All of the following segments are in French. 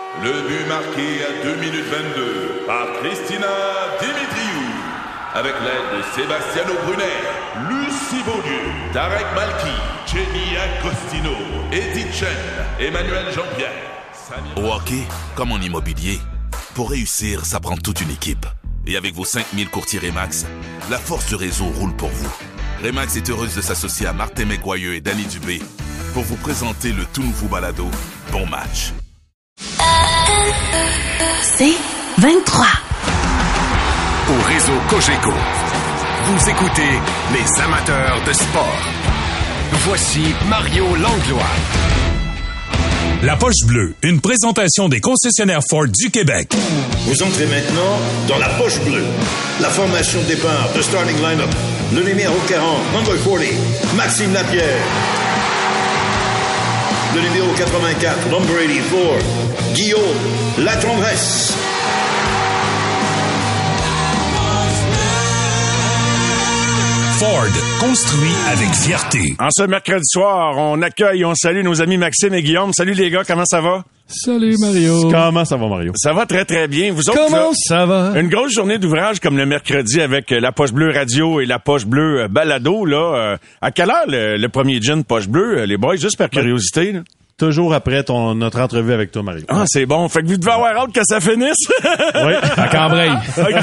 Le but marqué à 2 minutes 22 par Christina Dimitriou. Avec l'aide de Sebastiano Brunet, Lucie Beaulieu, Tarek Malki, Jenny Agostino, Edith Chen, Emmanuel Jean-Pierre. Au hockey, comme en immobilier, pour réussir, ça prend toute une équipe. Et avec vos 5000 courtiers Remax, la force du réseau roule pour vous. Remax est heureuse de s'associer à Martin McGuire et Danny Dubé pour vous présenter le tout nouveau balado Bon Match. C'est 23. Au réseau Cogeco, vous écoutez les amateurs de sport. Voici Mario Langlois. La Poche Bleue, une présentation des concessionnaires Ford du Québec. Vous entrez maintenant dans la Poche Bleue. La formation de départ de starting line-up. Le numéro 40, number 40, Maxime Lapierre. Le numéro 84, number 84, Guillaume Latendresse. Ford, construit avec fierté. En ce mercredi soir, on accueille et on salue nos amis Maxime et Guillaume. Salut les gars, comment ça va? Salut Mario. Comment ça va Mario? Ça va très très bien. Vous autres, comment là, ça va? Une grosse journée d'ouvrage comme le mercredi avec la Poche Bleue Radio et la Poche Bleue Balado. Là, à quelle heure le premier gin Poche Bleue, les boys, juste par curiosité? Là? Toujours après notre entrevue avec toi, Mario. Ah, c'est bon. Fait que vous devez avoir hâte que ça finisse. Oui, à Cambrai.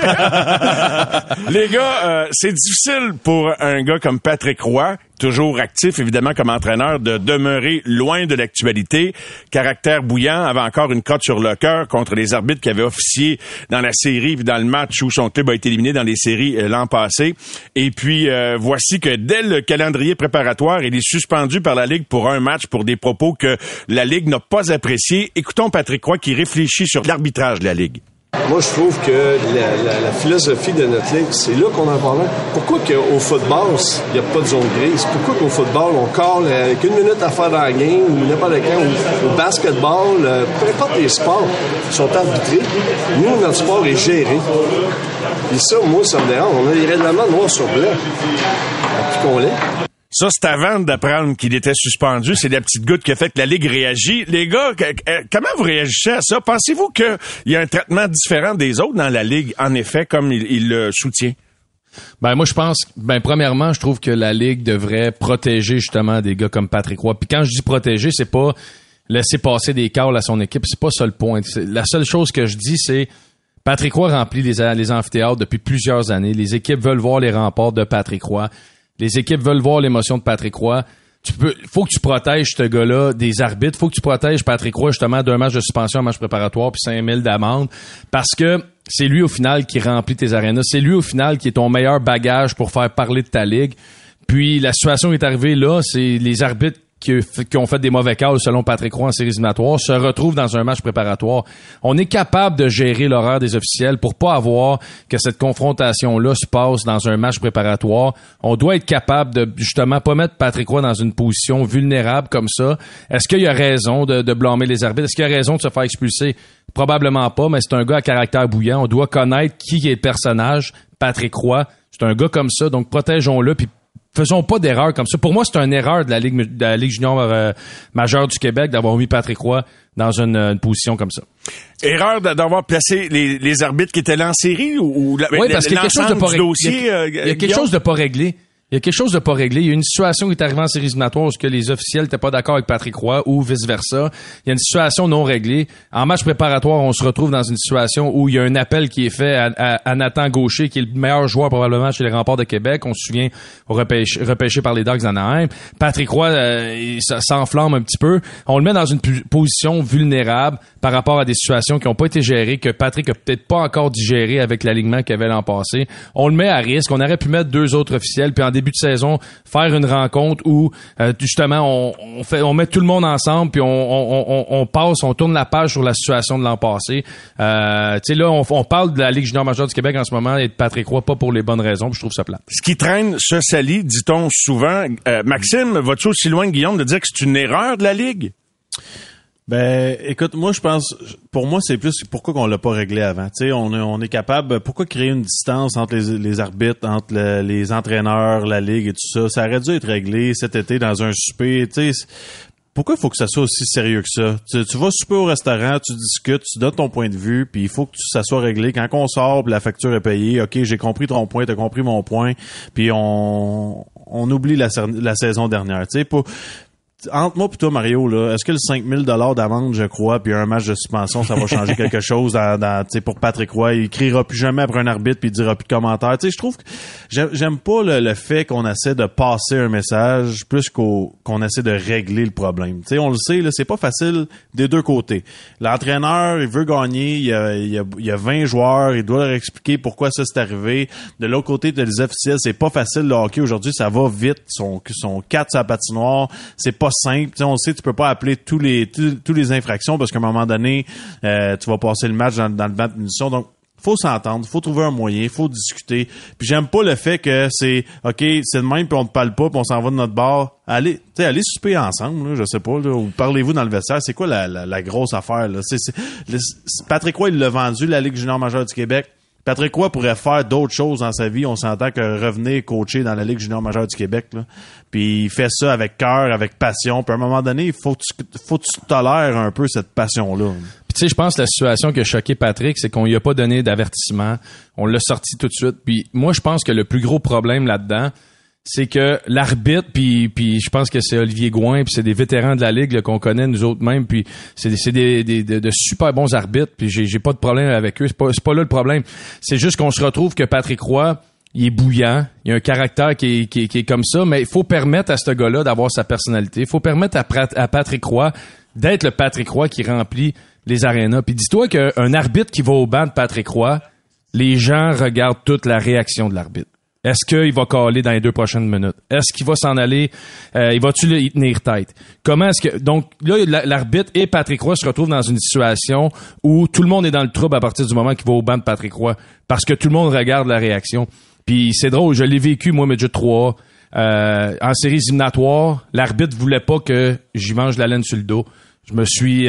Les gars, c'est difficile pour un gars comme Patrick Roy, toujours actif, évidemment, comme entraîneur, de demeurer loin de l'actualité. Caractère bouillant, avait encore une cote sur le cœur contre les arbitres qui avaient officié dans la série puis dans le match où son club a été éliminé dans les séries l'an passé. Et puis, voici que dès le calendrier préparatoire, il est suspendu par la Ligue pour un match pour des propos que la Ligue n'a pas appréciés. Écoutons Patrick Roy qui réfléchit sur l'arbitrage de la Ligue. Moi, je trouve que la philosophie de notre ligue, c'est là qu'on en parle. Pourquoi qu'au football, il n'y a pas de zone grise? Pourquoi qu'au football, on call avec une minute à faire dans la game ou n'importe quand, ou au basketball, peu importe les sports, sont arbitrés. Nous, notre sport est géré. Et ça, moi, ça me dérange. On a les règlements noir sur blanc. Appliquons-les. Ça, c'est avant d'apprendre qu'il était suspendu. C'est la petite goutte qui a fait que la Ligue réagit. Les gars, comment vous réagissez à ça? Pensez-vous qu'il y a un traitement différent des autres dans la Ligue, en effet, comme il le soutient? Ben, moi, je pense, premièrement, je trouve que la Ligue devrait protéger, justement, des gars comme Patrick Roy. Puis quand je dis protéger, c'est pas laisser passer des calls à son équipe. C'est pas ça le point. La seule chose que je dis, c'est Patrick Roy remplit les amphithéâtres depuis plusieurs années. Les équipes veulent voir les remparts de Patrick Roy. Les équipes veulent voir l'émotion de Patrick Roy. Faut que tu protèges ce gars-là des arbitres. Faut que tu protèges Patrick Roy, justement, d'un match de suspension, un match préparatoire, puis 5 000 d'amende. Parce que c'est lui, au final, qui remplit tes arénas. C'est lui, au final, qui est ton meilleur bagage pour faire parler de ta ligue. Puis, la situation est arrivée là, c'est les arbitres qui ont fait des mauvais calls selon Patrick Roy en séries éliminatoires se retrouvent dans un match préparatoire. On est capable de gérer l'horaire des officiels pour pas avoir que cette confrontation-là se passe dans un match préparatoire. On doit être capable de, justement, pas mettre Patrick Roy dans une position vulnérable comme ça. Est-ce qu'il y a raison de blâmer les arbitres? Est-ce qu'il y a raison de se faire expulser? Probablement pas, mais c'est un gars à caractère bouillant. On doit connaître qui est le personnage. Patrick Roy, c'est un gars comme ça, donc protégeons-le, puis faisons pas d'erreur comme ça. Pour moi, c'est une erreur de la Ligue junior majeure du Québec d'avoir mis Patrick Roy dans une position comme ça. Erreur d'avoir placé les arbitres qui étaient là en série ou oui, parce qu'il y a quelque chose de pas réglé. Il y a quelque chose de pas réglé. Il y a quelque chose de pas réglé. Il y a une situation qui est arrivée en séries éliminatoires où les officiels n'étaient pas d'accord avec Patrick Roy ou vice-versa. Il y a une situation non réglée. En match préparatoire, on se retrouve dans une situation où il y a un appel qui est fait à Nathan Gaucher, qui est le meilleur joueur probablement chez les Remparts de Québec. On se souvient, repêché par les Dogs d'Anaheim. Patrick Roy, ça s'enflamme un petit peu. On le met dans une position vulnérable par rapport à des situations qui n'ont pas été gérées, que Patrick a peut-être pas encore digéré avec l'alignement qu'il avait l'an passé. On le met à risque. On aurait pu mettre 2 autres officiels, puis en début de saison, faire une rencontre où justement on met tout le monde ensemble puis on tourne la page sur la situation de l'an passé. Tu sais là on parle de la Ligue junior majeure du Québec en ce moment et de Patrick Roy pas pour les bonnes raisons, puis je trouve ça plate. Ce qui traîne se salit, dit-on souvent. Maxime, vas-tu aussi loin que Guillaume de dire que c'est une erreur de la Ligue? Ben, écoute, moi, je pense, pour moi, c'est plus pourquoi qu'on l'a pas réglé avant. Tu sais, on est capable, pourquoi créer une distance entre les arbitres, entre les entraîneurs, la ligue et tout ça? Ça aurait dû être réglé cet été dans un souper, tu sais. pourquoi il faut que ça soit aussi sérieux que ça? Tu vas souper au restaurant, tu discutes, tu donnes ton point de vue, puis il faut que ça soit réglé. Quand on sort, puis la facture est payée, OK, j'ai compris ton point, t'as compris mon point, puis on oublie la saison dernière. Tu sais, entre moi et toi, Mario, là, est-ce que le 5 000 $ d'amende, je crois, puis un match de suspension, ça va changer quelque chose pour Patrick Roy? Il criera plus jamais après un arbitre puis il dira plus de commentaires. Tu sais, je trouve que j'aime pas le fait qu'on essaie de passer un message plus qu'on essaie de régler le problème. Tu sais, on le sait, là, c'est pas facile des deux côtés. L'entraîneur, il veut gagner, il y a 20 joueurs, il doit leur expliquer pourquoi ça s'est arrivé. De l'autre côté, de les officiels, c'est pas facile le hockey aujourd'hui, ça va vite, sont 4 sur la patinoire, c'est pas simple. T'sais, on le sait, tu peux pas appeler tous les infractions parce qu'à un moment donné, tu vas passer le match dans le banc de punition. Donc, faut s'entendre, faut trouver un moyen, faut discuter. Puis j'aime pas le fait que c'est OK, c'est de même puis on ne parle pas puis on s'en va de notre bar. Allez souper ensemble, là, je sais pas, là, ou parlez-vous dans le vestiaire. C'est quoi la grosse affaire, là? Patrick Roy, il l'a vendu, la Ligue junior majeure du Québec. Patrick Roy pourrait faire d'autres choses dans sa vie. On s'entend que revenir coacher dans la Ligue junior majeure du Québec, là. Puis il fait ça avec cœur, avec passion. Puis à un moment donné, il faut que tu tolères un peu cette passion-là. Puis tu sais, je pense que la situation qui a choqué Patrick, c'est qu'on lui a pas donné d'avertissement. On l'a sorti tout de suite. Puis moi, je pense que le plus gros problème là-dedans, c'est que l'arbitre, puis je pense que c'est Olivier Gouin, puis c'est des vétérans de la Ligue là, qu'on connaît nous autres mêmes, puis c'est de super bons arbitres, puis j'ai pas de problème avec eux, c'est pas là le problème. C'est juste qu'on se retrouve que Patrick Roy, il est bouillant, il a un caractère qui est comme ça, mais il faut permettre à ce gars-là d'avoir sa personnalité, il faut permettre à Patrick Roy d'être le Patrick Roy qui remplit les arénas. Puis dis-toi qu'un arbitre qui va au banc de Patrick Roy, les gens regardent toute la réaction de l'arbitre. Est-ce qu'il va caler dans les 2 prochaines minutes? Est-ce qu'il va s'en aller? Il va-tu y tenir tête? Comment est-ce que... Donc, là, l'arbitre et Patrick Roy se retrouvent dans une situation où tout le monde est dans le trouble à partir du moment qu'il va au banc de Patrick Roy. Parce que tout le monde regarde la réaction. Puis c'est drôle, je l'ai vécu, moi, Midget 3. En séries éliminatoires, l'arbitre voulait pas que j'y mange la laine sur le dos. On a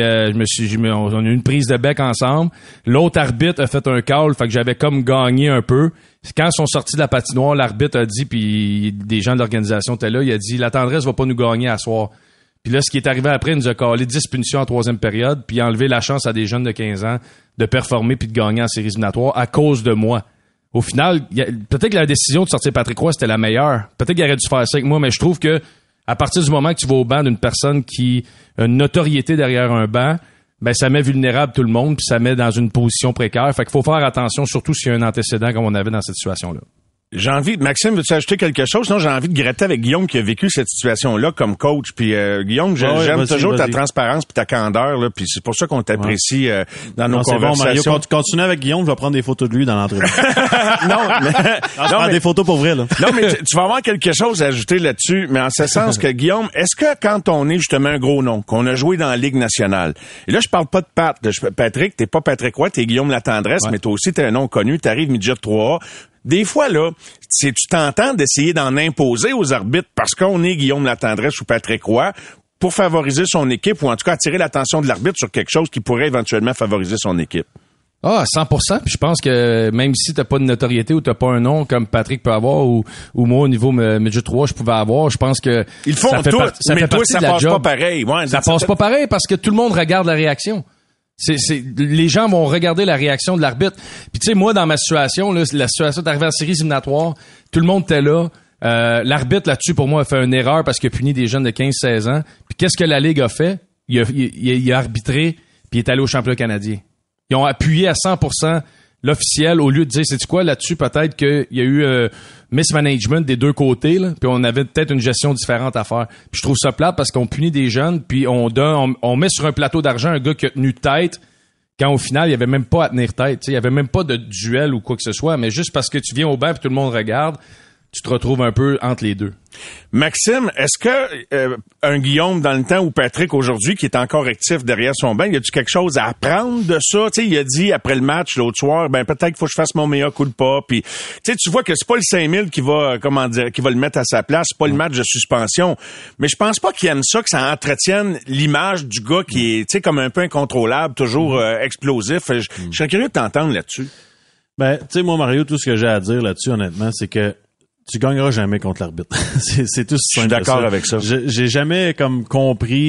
eu une prise de bec ensemble. L'autre arbitre a fait un call, fait que j'avais comme gagné un peu. Quand ils sont sortis de la patinoire, l'arbitre a dit, puis des gens de l'organisation étaient là, il a dit, la tendresse va pas nous gagner à soir. Puis là, ce qui est arrivé après, il nous a callé 10 punitions en 3e période, puis enlevé la chance à des jeunes de 15 ans de performer puis de gagner en séries éliminatoires à cause de moi. Au final, peut-être que la décision de sortir Patrick Roy, c'était la meilleure. Peut-être qu'il aurait dû faire ça avec moi, mais je trouve que à partir du moment que tu vas au banc d'une personne qui a une notoriété derrière un banc, ben ça met vulnérable tout le monde puis ça met dans une position précaire. Fait qu'il faut faire attention, surtout s'il y a un antécédent comme on avait dans cette situation-là. Maxime, veux-tu ajouter quelque chose? Sinon, j'ai envie de gratter avec Guillaume qui a vécu cette situation-là comme coach. Puis Guillaume, j'aime toujours ta transparence puis ta candeur, là. Puis c'est pour ça qu'on t'apprécie dans nos conversations. Bon, Mario, continue avec Guillaume, je vais prendre des photos de lui dans l'entrevue. Je prends des photos pour vrai, là. Non, mais tu vas avoir quelque chose à ajouter là-dessus, mais en ce sens que, Guillaume, est-ce que quand on est justement un gros nom, qu'on a joué dans la Ligue nationale, et là, je parle pas de Patrick, t'es pas Patrick Roy, t'es Guillaume Latendresse, mais toi aussi, t'es un nom connu, t'arrives midget 3A. Des fois, là, tu t'entends d'essayer d'en imposer aux arbitres parce qu'on est Guillaume Latendresse ou Patrick Roy pour favoriser son équipe ou en tout cas attirer l'attention de l'arbitre sur quelque chose qui pourrait éventuellement favoriser son équipe. Ah, 100%. Puis je pense que même si t'as pas de notoriété ou t'as pas un nom comme Patrick peut avoir ou moi au niveau Midget 3 je pouvais avoir, je pense que ils font ça fait tout, ça mais fait toi ça passe job. Pas pareil. Ouais, ça passe pas pareil parce que tout le monde regarde la réaction. Les gens vont regarder la réaction de l'arbitre. Puis tu sais, moi dans ma situation, là, la situation d'arriver en séries éliminatoires, tout le monde était là. L'arbitre là-dessus pour moi a fait une erreur parce qu'il a puni des jeunes de 15-16 ans. Puis qu'est-ce que la Ligue a fait? Il a arbitré puis il est allé au championnat canadien. Ils ont appuyé à 100% l'officiel au lieu de dire, c'est quoi là-dessus, peut-être qu'il y a eu mismanagement des deux côtés, là, puis on avait peut-être une gestion différente à faire. Puis je trouve ça plate parce qu'on punit des jeunes, puis on met sur un plateau d'argent un gars qui a tenu tête, quand au final, il y avait même pas à tenir tête. Il y avait même pas de duel ou quoi que ce soit, mais juste parce que tu viens au banc et tout le monde regarde, tu te retrouves un peu entre les deux. Maxime, est-ce que un Guillaume dans le temps ou Patrick aujourd'hui qui est encore actif derrière son banc, y a-tu quelque chose à apprendre de ça? Tu sais, il a dit après le match l'autre soir, ben peut-être qu'il faut que je fasse mon meilleur coup de pas. Puis tu vois que c'est pas le 5000 qui va qui va le mettre à sa place, c'est pas le match de suspension. Mais je pense pas qu'il aime ça que ça entretienne l'image du gars qui est comme un peu incontrôlable, toujours explosif. Je serais curieux de t'entendre là-dessus. Ben, tu sais, moi Mario, tout ce que j'ai à dire là-dessus honnêtement, c'est que tu gagneras jamais contre l'arbitre. c'est tout simple. Je suis d'accord avec ça. J'ai jamais comme compris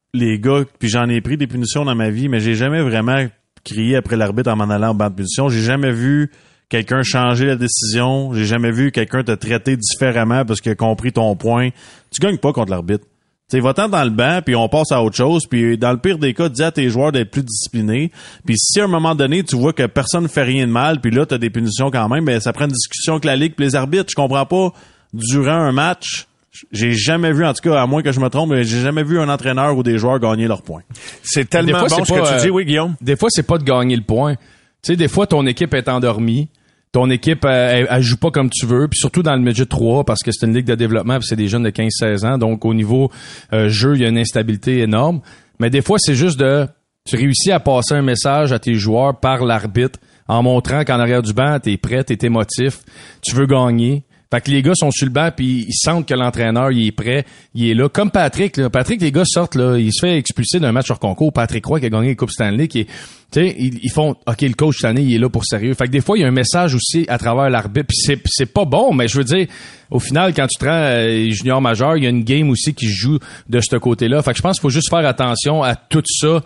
les gars, puis j'en ai pris des punitions dans ma vie, mais j'ai jamais vraiment crié après l'arbitre en m'en allant en banc de punition. J'ai jamais vu quelqu'un changer la décision. J'ai jamais vu quelqu'un te traiter différemment parce qu'il a compris ton point. Tu gagnes pas contre l'arbitre. Tu va-t'en dans le banc, puis on passe à autre chose. Puis dans le pire des cas, dis à tes joueurs d'être plus disciplinés. Puis si à un moment donné, tu vois que personne ne fait rien de mal, puis là, tu as des punitions quand même, ben ça prend une discussion avec la Ligue et les arbitres. Je comprends pas, durant un match, j'ai jamais vu, en tout cas, à moins que je me trompe, mais j'ai jamais vu un entraîneur ou des joueurs gagner leurs points. C'est tellement bon ce que tu dis, oui, Guillaume. Des fois, c'est pas de gagner le point. Tu sais, des fois, ton équipe est endormie. Ton équipe, elle joue pas comme tu veux, puis surtout dans le midget 3, parce que c'est une ligue de développement, puis c'est des jeunes de 15-16 ans, donc au niveau jeu, il y a une instabilité énorme. Mais des fois, c'est juste tu réussis à passer un message à tes joueurs par l'arbitre, en montrant qu'en arrière du banc, t'es prêt, t'es émotif, tu veux gagner. Fait que les gars sont sur le banc puis ils sentent que l'entraîneur il est prêt, il est là. Comme Patrick, là. Patrick, les gars sortent là, il se fait expulser d'un match hors concours. Patrick Roy qui a gagné la Coupe Stanley, qui est, tu sais, ils font, ok, le coach cette année il est là pour sérieux. Fait que des fois il y a un message aussi à travers l'arbitre. Puis c'est pas bon, mais je veux dire, au final quand tu te rends junior majeur, il y a une game aussi qui se joue de ce côté-là. Fait que je pense qu'il faut juste faire attention à tout ça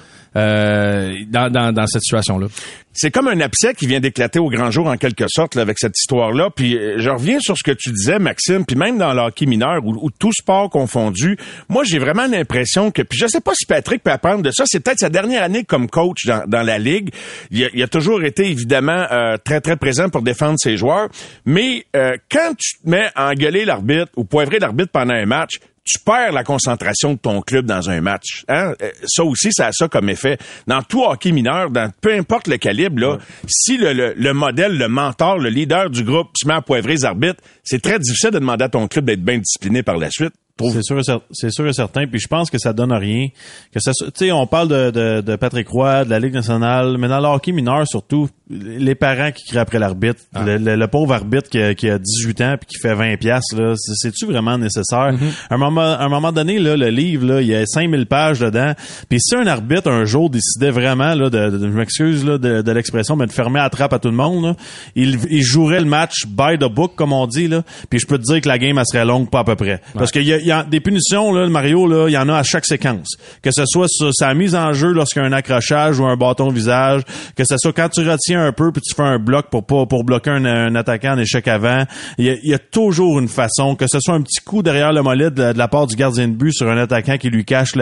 dans cette situation-là. C'est comme un abcès qui vient d'éclater au grand jour en quelque sorte là, avec cette histoire-là. Puis je reviens sur ce que tu disais, Maxime, puis même dans le hockey mineur ou tout sport confondu, moi j'ai vraiment l'impression que, puis je sais pas si Patrick peut apprendre de ça, c'est peut-être sa dernière année comme coach dans la ligue. Il a toujours été évidemment très très présent pour défendre ses joueurs, mais quand tu te mets à engueuler l'arbitre ou poivrer l'arbitre pendant un match, tu perds la concentration de ton club dans un match. Hein? Ça aussi, ça a ça comme effet. Dans tout hockey mineur, dans peu importe le calibre, là, si le modèle, le mentor, le leader du groupe se met à poivrer les arbitres, c'est très difficile de demander à ton club d'être bien discipliné par la suite. C'est sûr et certain, puis je pense que ça donne rien. Que ça, tu sais, on parle de Patrick Roy, de la Ligue nationale, mais dans le hockey mineur surtout, les parents qui crient après l'arbitre, le pauvre arbitre qui a 18 ans puis qui fait 20$, là, c'est-tu vraiment nécessaire? À un moment donné, là, le livre, là, il y a 5000 pages dedans, puis si un arbitre un jour décidait vraiment, là, je m'excuse là, de l'expression, mais de fermer la trappe à tout le monde, là, il jouerait le match by the book, comme on dit, là, puis je peux te dire que la game, elle serait longue, pas à peu près. Parce qu'il y a des punitions, là, le Mario, là, il y en a à chaque séquence. Que ce soit sur sa mise en jeu lorsqu'il y a un accrochage ou un bâton au visage, que ce soit quand tu retiens un peu puis tu fais un bloc pour bloquer un attaquant en échec avant. Il y a toujours une façon, que ce soit un petit coup derrière le mollet de la part du gardien de but sur un attaquant qui lui cache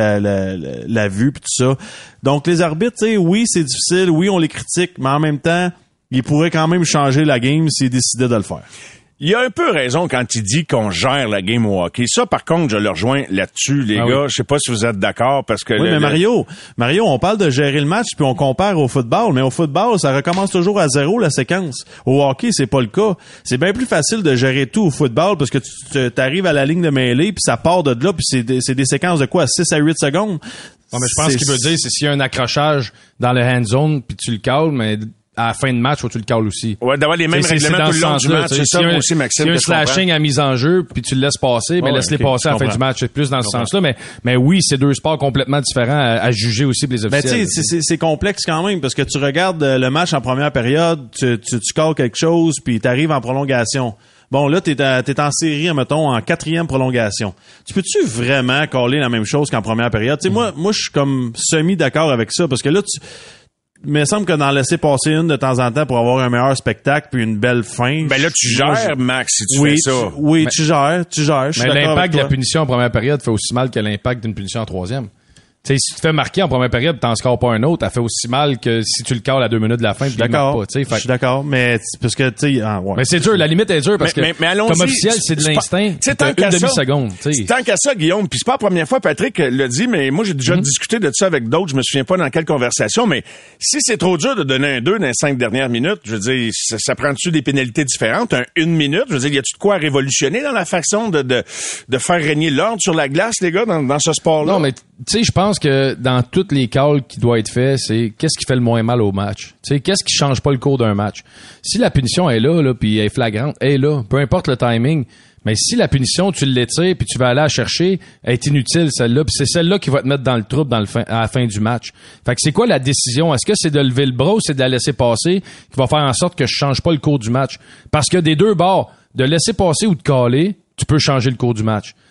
la vue puis tout ça. Donc les arbitres, tu sais, oui, c'est difficile, oui, on les critique, mais en même temps, ils pourraient quand même changer la game s'ils décidaient de le faire. Il a un peu raison quand il dit qu'on gère la game au hockey. Ça, par contre, je le rejoins là-dessus, les gars. Oui. Je sais pas si vous êtes d'accord, parce que... Oui, mais Mario, on parle de gérer le match, puis on compare au football. Mais au football, ça recommence toujours à zéro, la séquence. Au hockey, c'est pas le cas. C'est bien plus facile de gérer tout au football, parce que tu arrives à la ligne de mêlée, puis ça part de là, puis c'est des séquences de quoi? 6 à 8 secondes? Non, mais je pense qu'il veut dire, c'est s'il y a un accrochage dans le hand zone, puis tu le cales, mais... à la fin de match, faut que tu le cales aussi. Ouais, d'avoir les mêmes règlements tout le long du match. C'est ça aussi, Maxime. S'il y a un slashing à mise en jeu, puis tu le laisses passer, mais laisse-les passer à la fin du match. C'est plus dans ce sens-là. Mais oui, c'est deux sports complètement différents à juger aussi pour les officiels. Ben, tu sais, c'est complexe quand même, parce que tu regardes le match en première période, tu cales quelque chose, puis t'arrives en prolongation. Bon, là, t'es en série, mettons, en 4e prolongation. Tu peux-tu vraiment caler la même chose qu'en première période? Tu sais, moi, je suis comme semi-d'accord avec ça, parce que là, mais il me semble que d'en laisser passer une de temps en temps pour avoir un meilleur spectacle puis une belle fin. Ben là, tu gères, Max, si tu fais ça. Tu gères. Mais l'impact de la punition en première période fait aussi mal que l'impact d'une punition en 3e. Tu sais, si tu te fais marquer en première période et t'en scores pas un autre, ça fait aussi mal que si tu le cales à 2 minutes de la fin. Je suis d'accord. Je suis d'accord, mais parce que tu sais, ouais. Mais c'est dur, la limite est dure parce que comme officiel, c'est de l'instinct. C'est une demi-seconde. Tant qu'à ça, Guillaume, puis c'est pas la première fois Patrick l'a dit, mais moi j'ai déjà discuté de ça avec d'autres, je me souviens pas dans quelle conversation, mais si c'est trop dur de donner un 2 dans les 5 dernières minutes, je veux dire, ça prend-tu des pénalités différentes, un 1 minute, je veux dire, y a-tu de quoi révolutionner dans la façon de faire régner l'ordre sur la glace, les gars, dans ce sport-là? Non, mais tu sais, je pense que dans toutes les calls qui doivent être faits, c'est qu'est-ce qui fait le moins mal au match. Tu sais, qu'est-ce qui change pas le cours d'un match. Si la punition est là, puis elle est flagrante, elle est là, peu importe le timing. Mais si la punition, tu l'étires puis tu vas aller la chercher, elle est inutile celle-là, puis c'est celle-là qui va te mettre dans le trouble à la fin du match. Fait que c'est quoi la décision? Est-ce que c'est de lever le bras ou c'est de la laisser passer qui va faire en sorte que je change pas le cours du match? Parce que des deux bords, de laisser passer ou de caler, tu peux changer le cours du match.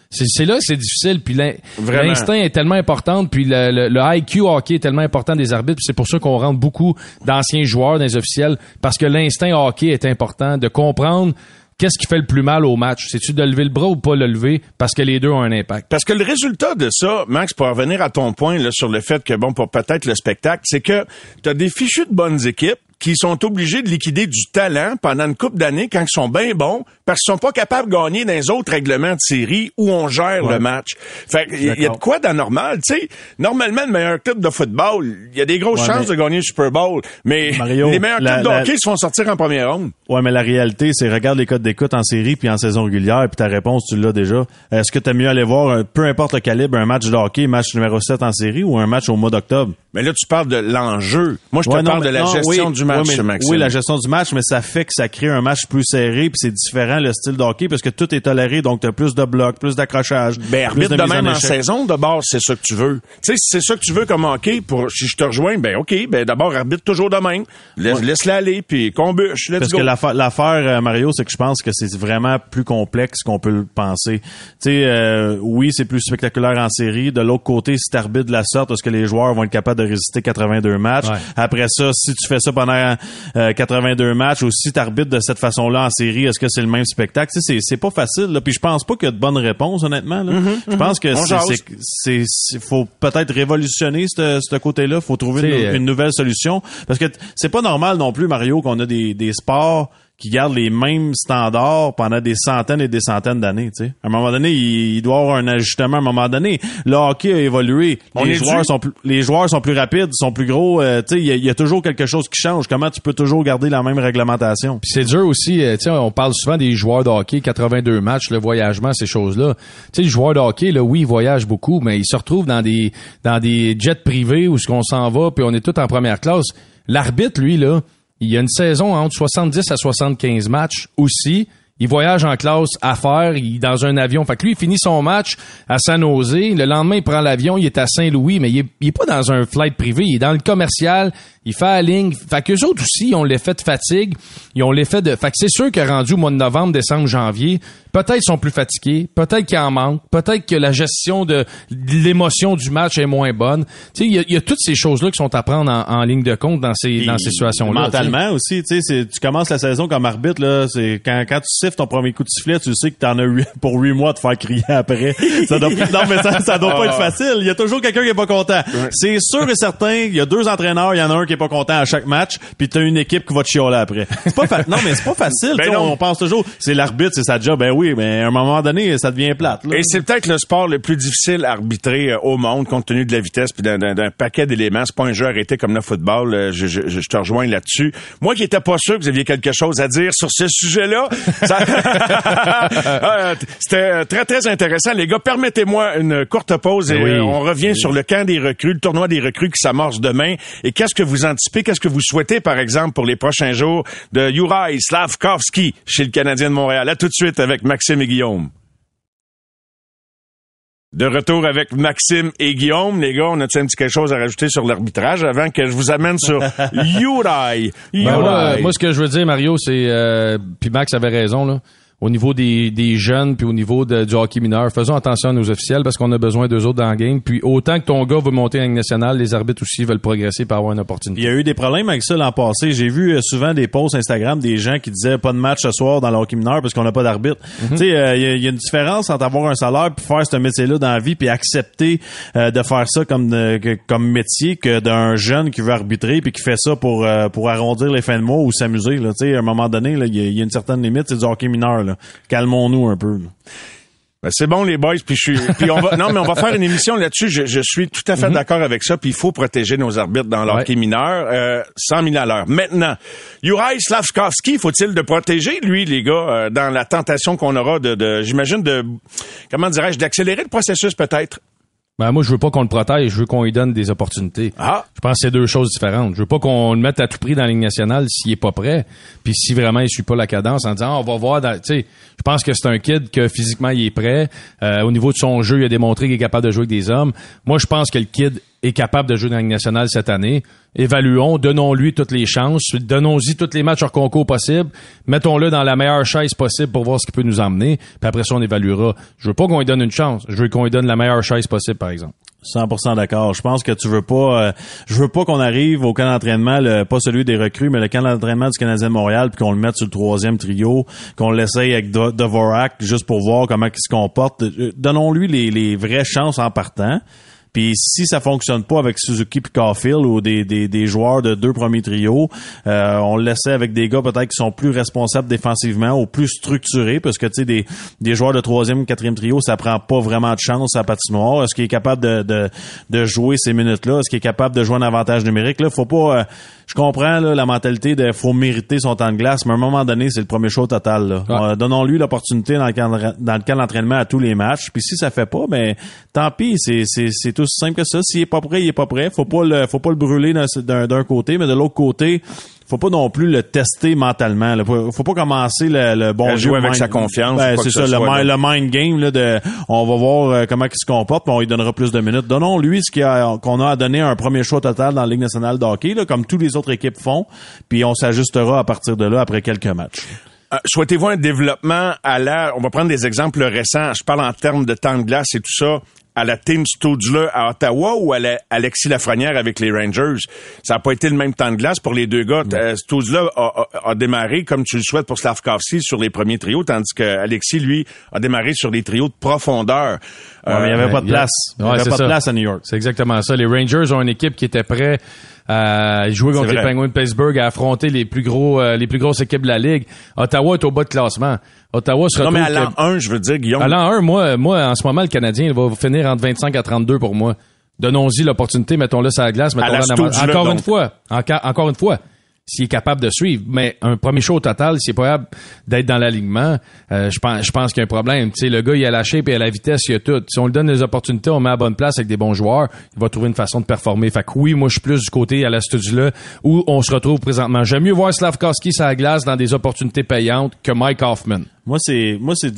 C'est là que c'est difficile, puis l'instinct est tellement important, puis le IQ hockey est tellement important des arbitres, puis c'est pour ça qu'on rentre beaucoup d'anciens joueurs, des officiels, parce que l'instinct hockey est important, de comprendre qu'est-ce qui fait le plus mal au match. C'est-tu de lever le bras ou pas le lever, parce que les deux ont un impact. Parce que le résultat de ça, Max, pour revenir à ton point là, sur le fait que, bon, pour peut-être le spectacle, c'est que t'as des fichus de bonnes équipes qui sont obligés de liquider du talent pendant une couple d'années quand ils sont bien bons parce qu'ils sont pas capables de gagner dans les autres règlements de série où on gère le match. Fait il y a de quoi d'anormal, tu sais. Normalement, le meilleur club de football, il y a des grosses chances de gagner le Super Bowl, mais Mario, les meilleurs clubs de hockey se font sortir en première ronde. Ouais, mais la réalité, c'est regarde les codes d'écoute en série puis en saison régulière, puis ta réponse, tu l'as déjà. Est-ce que t'aimes mieux aller voir, peu importe le calibre, un match de hockey, match numéro 7 en série ou un match au mois d'octobre? Mais là, tu parles de l'enjeu. Moi, je te parle de la gestion du match, Maxime. Oui, la gestion du match, mais ça fait que ça crée un match plus serré, puis c'est différent le style de hockey parce que tout est toléré, donc t'as plus de blocs, plus d'accrochage. Ben, arbitre de même en saison, de base, c'est ça que tu veux. Tu sais, si c'est ça que tu veux comme hockey, si je te rejoins, ben OK, ben d'abord arbitre toujours de même. Laisse-la aller, puis combuche, let's go. Parce que l'affaire, Mario, c'est que je pense que c'est vraiment plus complexe qu'on peut le penser. Tu sais, oui, c'est plus spectaculaire en série. De l'autre côté, si t'arbitres de la sorte, est-ce que les joueurs vont être capables de résister 82 matchs? Ouais. Après ça, si tu fais ça pendant 82 matchs ou si t'arbitres de cette façon-là en série, est-ce que c'est le même spectacle? Tu sais, c'est pas facile, là. Puis je pense pas qu'il y a de bonnes réponses, honnêtement, là. Je pense que faut peut-être révolutionner ce côté-là. Faut trouver une nouvelle solution. Parce que c'est pas normal non plus, Mario, qu'on a des sports qui gardent les mêmes standards pendant des centaines et des centaines d'années, tu sais. À un moment donné, il doit y avoir un ajustement à un moment donné. Le hockey a évolué. Les joueurs sont plus rapides, sont plus gros, tu sais, il y a toujours quelque chose qui change. Comment tu peux toujours garder la même réglementation? Puis c'est dur aussi, tu sais, on parle souvent des joueurs de hockey, 82 matchs, le voyagement, ces choses-là. Tu sais, les joueurs de hockey, là, oui, ils voyagent beaucoup, mais ils se retrouvent dans des jets privés où ce qu'on s'en va, puis on est tous en première classe. L'arbitre, lui, là, il y a une saison entre 70 à 75 matchs aussi. Il voyage en classe affaires, il est dans un avion. Fait que lui, il finit son match à San Jose. Le lendemain, il prend l'avion, il est à Saint-Louis, mais il est pas dans un flight privé, il est dans le commercial, il fait la ligne. Fait qu'eux autres aussi, ils ont l'effet de fatigue, ils ont l'effet de... Fait que c'est sûr que rendu au mois de novembre, décembre, janvier, peut-être ils sont plus fatigués, peut-être qu'il en manque, peut-être que la gestion de l'émotion du match est moins bonne. Tu sais, il y a toutes ces choses-là qui sont à prendre en ligne de compte dans ces situations-là. Mentalement aussi, tu sais, tu commences la saison comme arbitre, là, c'est quand tu siffles ton premier coup de sifflet, tu sais que t'en as eu pour 8 mois de faire crier après. Ça doit pas être facile. Il y a toujours quelqu'un qui est pas content. Ouais. C'est sûr et certain, il y a 2 entraîneurs, il y en a un qui est pas content à chaque match, puis t'as une équipe qui va te chialer après. Non, mais c'est pas facile. On pense toujours, c'est l'arbitre, c'est sa job. Ben oui, mais à un moment donné, ça devient plate. Là. Et c'est peut-être le sport le plus difficile à arbitrer au monde, compte tenu de la vitesse puis d'un paquet d'éléments. C'est pas un jeu arrêté comme le football. Je te rejoins là-dessus. Moi qui étais pas sûr que vous aviez quelque chose à dire sur ce sujet-là, c'était très, très intéressant. Les gars, permettez-moi une courte pause et on revient sur le camp des recrues, le tournoi des recrues qui s'amorce demain. Et qu'est-ce que vous anticipez, qu'est-ce que vous souhaitez, par exemple, pour les prochains jours de Juraj Slafkovský chez le Canadien de Montréal? À tout de suite avec Maxime et Guillaume. De retour avec Maxime et Guillaume. Les gars, on a-tu un petit quelque chose à rajouter sur l'arbitrage avant que je vous amène sur Juraj? Moi, ce que je veux dire, Mario, c'est... puis Max avait raison, là. Au niveau des jeunes, puis au niveau du hockey mineur, faisons attention à nos officiels parce qu'on a besoin d'eux autres dans le game. Puis autant que ton gars veut monter en Ligue nationale, les arbitres aussi veulent progresser pour avoir une opportunité. Il y a eu des problèmes avec ça l'an passé. J'ai vu souvent des posts Instagram des gens qui disaient pas de match ce soir dans le hockey mineur parce qu'on n'a pas d'arbitre. Tu sais, il y a une différence entre avoir un salaire puis faire ce métier-là dans la vie puis accepter de faire ça comme métier que d'un jeune qui veut arbitrer puis qui fait ça pour arrondir les fins de mois ou s'amuser. Tu sais, à un moment donné, il y a une certaine limite, c'est du hockey mineur. Là. Calmons-nous un peu. Ben c'est bon les boys, puis on va faire une émission là-dessus. Je suis tout à fait d'accord avec ça. Puis il faut protéger nos arbitres dans le hockey mineur, 100 000 à l'heure. Maintenant, Juraj Slafkovský, faut-il de protéger lui, les gars, dans la tentation qu'on aura j'imagine comment dirais-je, d'accélérer le processus peut-être. Ben moi, je veux pas qu'on le protège, je veux qu'on lui donne des opportunités. Je pense que c'est 2 choses différentes. Je veux pas qu'on le mette à tout prix dans la Ligue nationale s'il est pas prêt, puis si vraiment il suit pas la cadence en disant on va voir. Tu sais, je pense que c'est un kid que physiquement il est prêt. Au niveau de son jeu, il a démontré qu'il est capable de jouer avec des hommes. Moi, je pense que le kid est capable de jouer dans la Ligue nationale cette année. Évaluons, donnons-lui toutes les chances, donnons-y tous les matchs hors concours possibles, mettons-le dans la meilleure chaise possible pour voir ce qu'il peut nous emmener, puis après ça, on évaluera. Je veux pas qu'on lui donne une chance, je veux qu'on lui donne la meilleure chaise possible, par exemple. 100% d'accord. Je pense que je veux pas qu'on arrive au camp d'entraînement, pas celui des recrues, mais le camp d'entraînement du Canadien de Montréal, puis qu'on le mette sur le 3e trio, qu'on l'essaye avec Dvorak juste pour voir comment il se comporte. Donnons-lui les vraies chances en partant. Puis si ça fonctionne pas avec Suzuki puis Caulfield ou des joueurs de 2 premiers trios, on le laissait avec des gars peut-être qui sont plus responsables défensivement ou plus structurés, parce que tu sais des joueurs de 3e, 4e trio, ça prend pas vraiment de chance à patinoire. Est-ce qu'il est capable de jouer ces minutes-là? Est-ce qu'il est capable de jouer un avantage numérique? Là, faut pas je comprends là, la mentalité de faut mériter son temps de glace, mais à un moment donné, c'est le premier show total. Là. Ouais. Donnons-lui l'opportunité dans le camp d'entraînement à tous les matchs. Puis si ça fait pas, ben tant pis, c'est tout aussi simple que ça. S'il est pas prêt, il est pas prêt. Faut pas le brûler d'un côté, mais de l'autre côté, faut pas non plus le tester mentalement. Là. Faut pas commencer le bon jeu avec sa confiance. Ben, c'est ça, le mind game là, de on va voir comment il se comporte, puis on lui donnera plus de minutes. Donnons-lui qu'on a à donner un premier choix total dans la Ligue nationale de hockey, là, comme tous les autres équipes font, puis on s'ajustera à partir de là après quelques matchs. Souhaitez-vous un développement on va prendre des exemples récents, je parle en termes de temps de glace et tout ça, à la Team Stoudzler à Ottawa ou à Alexis Lafrenière avec les Rangers? Ça n'a pas été le même temps de glace pour les deux gars. Stoudzler a démarré, comme tu le souhaites pour Slavkovski, sur les premiers trios, tandis que Alexis, lui, a démarré sur les trios de profondeur. Mais il n'y avait pas de place. Il n'y avait pas de place à New York. C'est exactement ça. Les Rangers ont une équipe qui était prête à jouer contre les Penguins de Pittsburgh, à affronter les plus grosses équipes de la Ligue. Ottawa est au bas de classement. Ottawa se retrouve... Non, mais à l'an 1, je veux dire, Guillaume. À l'an 1, moi, en ce moment, le Canadien, il va finir entre 25 à 32 pour moi. Donnons-y l'opportunité, mettons-le sur la glace, mettons-le en avant. Encore une fois, s'il est capable de suivre. Mais un premier show au total, s'il est pas capable d'être dans l'alignement, je pense qu'il y a un problème. Tu sais, le gars, il a la shape et à la vitesse, il a tout. Si on lui donne des opportunités, on met à la bonne place avec des bons joueurs, il va trouver une façon de performer. Fait que oui, moi, je suis plus du côté à la Stoudzler où on se retrouve présentement. J'aime mieux voir Slavkovski sur la glace dans des opportunités payantes que Mike Hoffman. Moi, c'est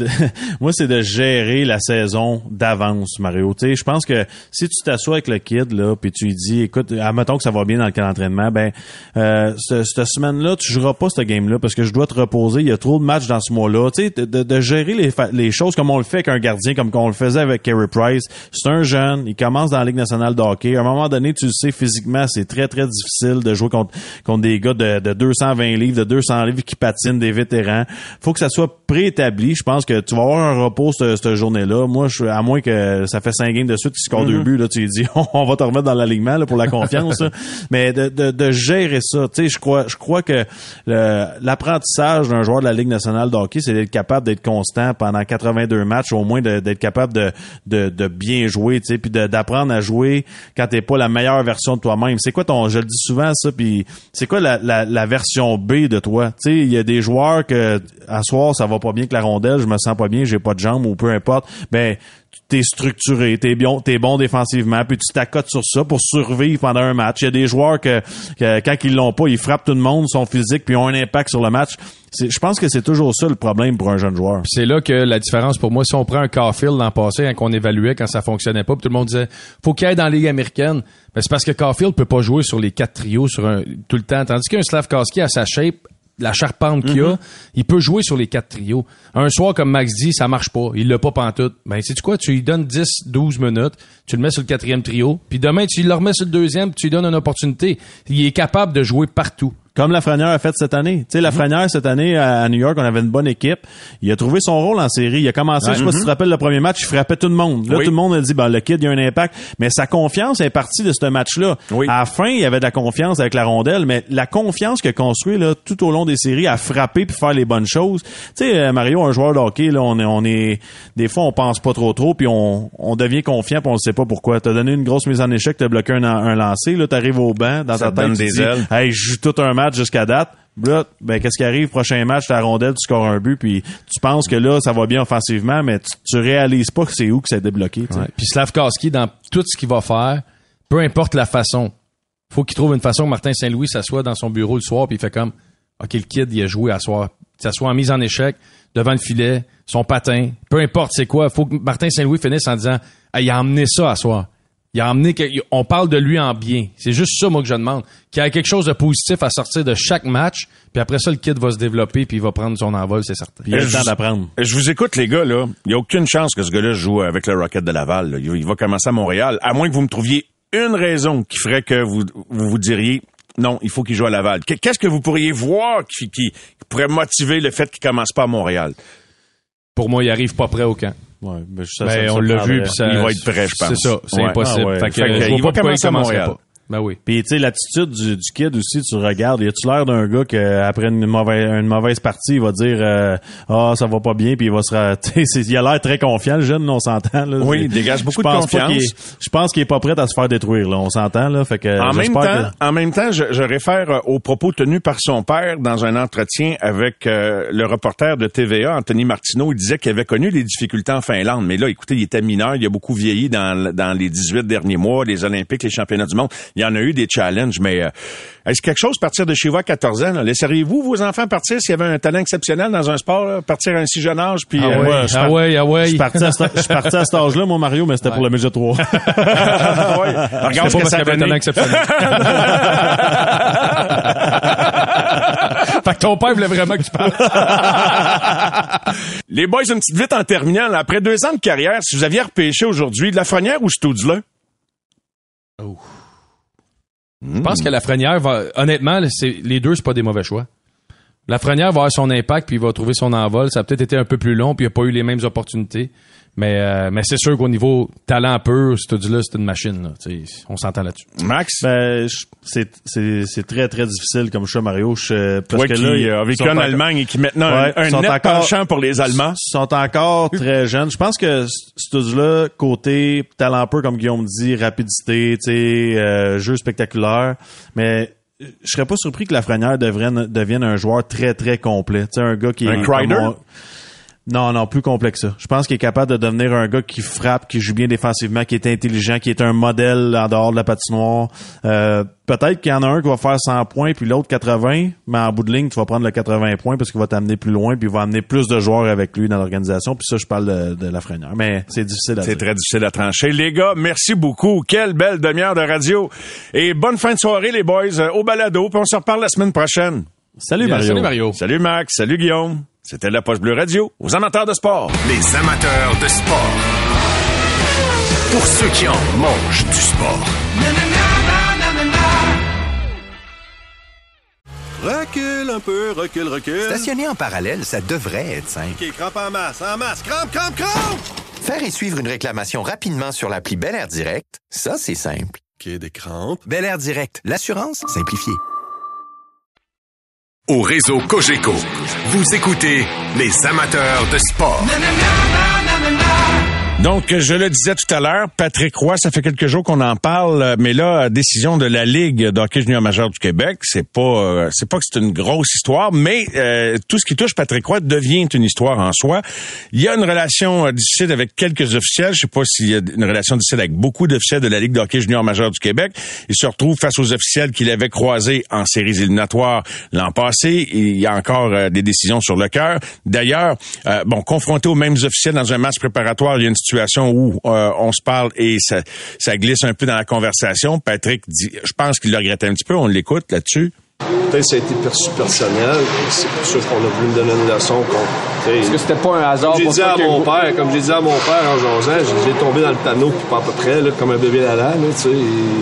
de gérer la saison d'avance, Mario. Tu sais, je pense que si tu t'assois avec le kid, là, puis tu lui dis, écoute, admettons que ça va bien dans le camp d'entraînement, cette semaine-là, tu joueras pas cette game-là parce que je dois te reposer. Il y a trop de matchs dans ce mois-là. Tu sais, de gérer les choses comme on le fait avec un gardien, comme on le faisait avec Carey Price. C'est un jeune, il commence dans la Ligue nationale de hockey. À un moment donné, tu le sais, physiquement, c'est très, très difficile de jouer contre des gars de 220 livres, de 200 livres qui patinent, des vétérans. Faut que ça soit préétabli. Je pense que tu vas avoir un repos cette journée-là. Moi, à moins que ça fait 5 games de suite, tu scores 2 buts, là, tu lui dis, on va te remettre dans l'alignement, là, pour la confiance, là. Mais de gérer ça, tu sais, je crois que l'apprentissage d'un joueur de la Ligue nationale de hockey, c'est d'être capable d'être constant pendant 82 matchs, au moins d'être capable de bien jouer, tu sais, puis d'apprendre à jouer quand t'es pas la meilleure version de toi-même. C'est quoi je le dis souvent, ça, puis c'est quoi la version B de toi? Tu sais, il y a des joueurs que, à soir, ça va pas bien que la rondelle, je me sens pas bien, j'ai pas de jambes ou peu importe, ben t'es structuré, t'es bon défensivement, puis tu t'accotes sur ça pour survivre pendant un match. Il y a des joueurs que quand ils l'ont pas, ils frappent tout le monde, sont physiques, puis ont un impact sur le match. Je pense que c'est toujours ça le problème pour un jeune joueur. C'est là que la différence pour moi, si on prend un Caulfield l'an passé, hein, qu'on évaluait quand ça fonctionnait pas, puis tout le monde disait faut qu'il aille dans la Ligue américaine, ben c'est parce que Caulfield peut pas jouer sur les 4 trios tout le temps, tandis qu'un Slavkovski a sa shape, la charpente qu'il a, il peut jouer sur les 4 trios. Un soir, comme Max dit, ça marche pas. Il l'a pas pantoute. Ben, sais-tu quoi? Tu lui donnes 10, 12 minutes, tu le mets sur le 4e trio, puis demain, tu le remets sur le 2e, puis tu lui donnes une opportunité. Il est capable de jouer partout. Comme Lafrenière a fait cette année. Tu sais, Lafrenière, cette année, à New York, on avait une bonne équipe. Il a trouvé son rôle en série. Il a commencé, je sais pas si tu te rappelles, le premier match, il frappait tout le monde. Là, tout le monde a dit, le kid, il y a un impact. Mais sa confiance est partie de ce match-là. Oui. À la fin, il y avait de la confiance avec la rondelle, mais la confiance qu'il a construit, là, tout au long des séries, à frapper puis faire les bonnes choses. Tu sais, Mario, un joueur de hockey, là, on est, des fois, on pense pas trop, puis on devient confiant, puis on ne sait pas pourquoi. T'as donné une grosse mise en échec, t'as bloqué un lancer, là, t'arrives au banc, dans ta tête, tu dis, hey, je joue tout un match jusqu'à date. Là, qu'est-ce qui arrive? Prochain match, t'as la rondelle, tu scores un but, puis tu penses que là, ça va bien offensivement, mais tu réalises pas que c'est où que c'est débloqué. Ouais. Puis Slavkovski, dans tout ce qu'il va faire, peu importe la façon, faut qu'il trouve une façon que Martin Saint-Louis s'assoit dans son bureau le soir, puis il fait comme, OK, le kid, il a joué à soir. Il s'assoit en mise en échec, devant le filet, son patin, peu importe c'est quoi, faut que Martin Saint-Louis finisse en disant, il a emmené ça à soir. Il a emmené, on parle de lui en bien. C'est juste ça, moi, que je demande. Qu'il y a quelque chose de positif à sortir de chaque match, puis après ça, le kid va se développer, puis il va prendre son envol, c'est certain. Il y a le temps d'apprendre. Je vous écoute, les gars, là. Il n'y a aucune chance que ce gars-là joue avec le Rocket de Laval, là. Il va commencer à Montréal, à moins que vous me trouviez une raison qui ferait que vous diriez non, il faut qu'il joue à Laval. Qu'est-ce que vous pourriez voir qui pourrait motiver le fait qu'il commence pas à Montréal? Pour moi, il arrive pas prêt au camp. Ouais, on l'a vu, puis ça, il va être prêt, je pense. C'est ça, c'est impossible. Ah ouais. Fait que, il va commencer à Montréal. Pas. Ben oui. Puis tu sais, l'attitude du kid aussi, tu regardes, y a-tu l'air d'un gars que après une mauvaise partie, il va dire ça va pas bien, puis il va il a l'air très confiant, le jeune, là, on s'entend là. Oui, il dégage beaucoup de confiance. Je pense qu'il est pas prêt à se faire détruire là, on s'entend là, fait que en même temps, je réfère aux propos tenus par son père dans un entretien avec le reporter de TVA, Anthony Martineau. Il disait qu'il avait connu les difficultés en Finlande, mais là, écoutez, il était mineur, il a beaucoup vieilli dans les 18 derniers mois, les Olympiques, les championnats du monde. Il y en a eu des challenges, mais est-ce quelque chose partir de chez vous à 14 ans? Là? Laisseriez-vous vos enfants partir s'il y avait un talent exceptionnel dans un sport, là, partir à un si jeune âge? Puis, Je suis parti à cet âge-là, mon Mario, mais c'était pour le midget 3. Regarde ce que ça avait un talent exceptionnel. Fait que ton père voulait vraiment que tu parles. Les boys, une petite vite en terminant. Là, après 2 ans de carrière, si vous aviez repêché aujourd'hui de Lafrenière ou Stoudzlin? Oh. Je pense que Lafrenière va... Honnêtement, les deux, c'est pas des mauvais choix. Lafrenière va avoir son impact, puis il va trouver son envol. Ça a peut-être été un peu plus long, puis il n'a pas eu les mêmes opportunités. Mais c'est sûr qu'au niveau talent pur, Stoudzlin, c'est une machine. Là. On s'entend là-dessus. Max? Ben, c'est très, très difficile comme choix, Mario. Parce que qui a vécu en Allemagne et qui maintenant un net penchant pour les Allemands. Sont encore très jeunes. Je pense que Stoudzlin, côté talent pur, comme Guillaume dit, rapidité, jeu spectaculaire, mais je serais pas surpris que Lafrenière devienne un joueur très, très complet. T'sais, un gars qui est... Un Kreider? Non, plus complexe que ça. Je pense qu'il est capable de devenir un gars qui frappe, qui joue bien défensivement, qui est intelligent, qui est un modèle en dehors de la patinoire. Peut-être qu'il y en a un qui va faire 100 points, puis l'autre 80, mais en bout de ligne, tu vas prendre le 80 points parce qu'il va t'amener plus loin, puis il va amener plus de joueurs avec lui dans l'organisation. Puis ça, je parle de Lafrenière. Mais c'est difficile à dire. C'est très difficile à trancher. Les gars, merci beaucoup. Quelle belle demi-heure de radio. Et bonne fin de soirée, les boys, au balado. Puis on se reparle la semaine prochaine. Salut Mario. Salut Mario. Salut Max. Salut Guillaume. C'était la Poche Bleue Radio, aux amateurs de sport. Les amateurs de sport. Pour ceux qui en mangent du sport. Recule un peu, recule. Stationner en parallèle, ça devrait être simple. OK, crampe en masse, crampe! Faire et suivre une réclamation rapidement sur l'appli Bel Air Direct, ça, c'est simple. OK, des crampes. Bel Air Direct, l'assurance simplifiée. Au réseau Cogeco, vous écoutez les amateurs de sport. Donc, je le disais tout à l'heure, Patrick Roy, ça fait quelques jours qu'on en parle, mais là, décision de la Ligue d'hockey junior majeur du Québec, c'est pas que c'est une grosse histoire, mais tout ce qui touche Patrick Roy devient une histoire en soi. Il y a une relation difficile avec quelques officiels, je sais pas s'il y a une relation difficile avec beaucoup d'officiels de la Ligue d'hockey junior majeur du Québec. Il se retrouve face aux officiels qu'il avait croisés en séries éliminatoires l'an passé. Il y a encore des décisions sur le cœur. D'ailleurs, confronté aux mêmes officiels dans un match préparatoire, il y a une situation où on se parle et ça glisse un peu dans la conversation. Patrick dit, je pense qu'il le regrettait un petit peu, on l'écoute là-dessus. Peut-être ça a été perçu personnel, c'est pour ça qu'on a voulu me donner une leçon. Est-ce que c'était pas un hasard pour ça? Comme j'ai dit à mon père en jasant, j'ai tombé dans le panneau, puis pas à peu près, là, comme un bébé lala, tu sais.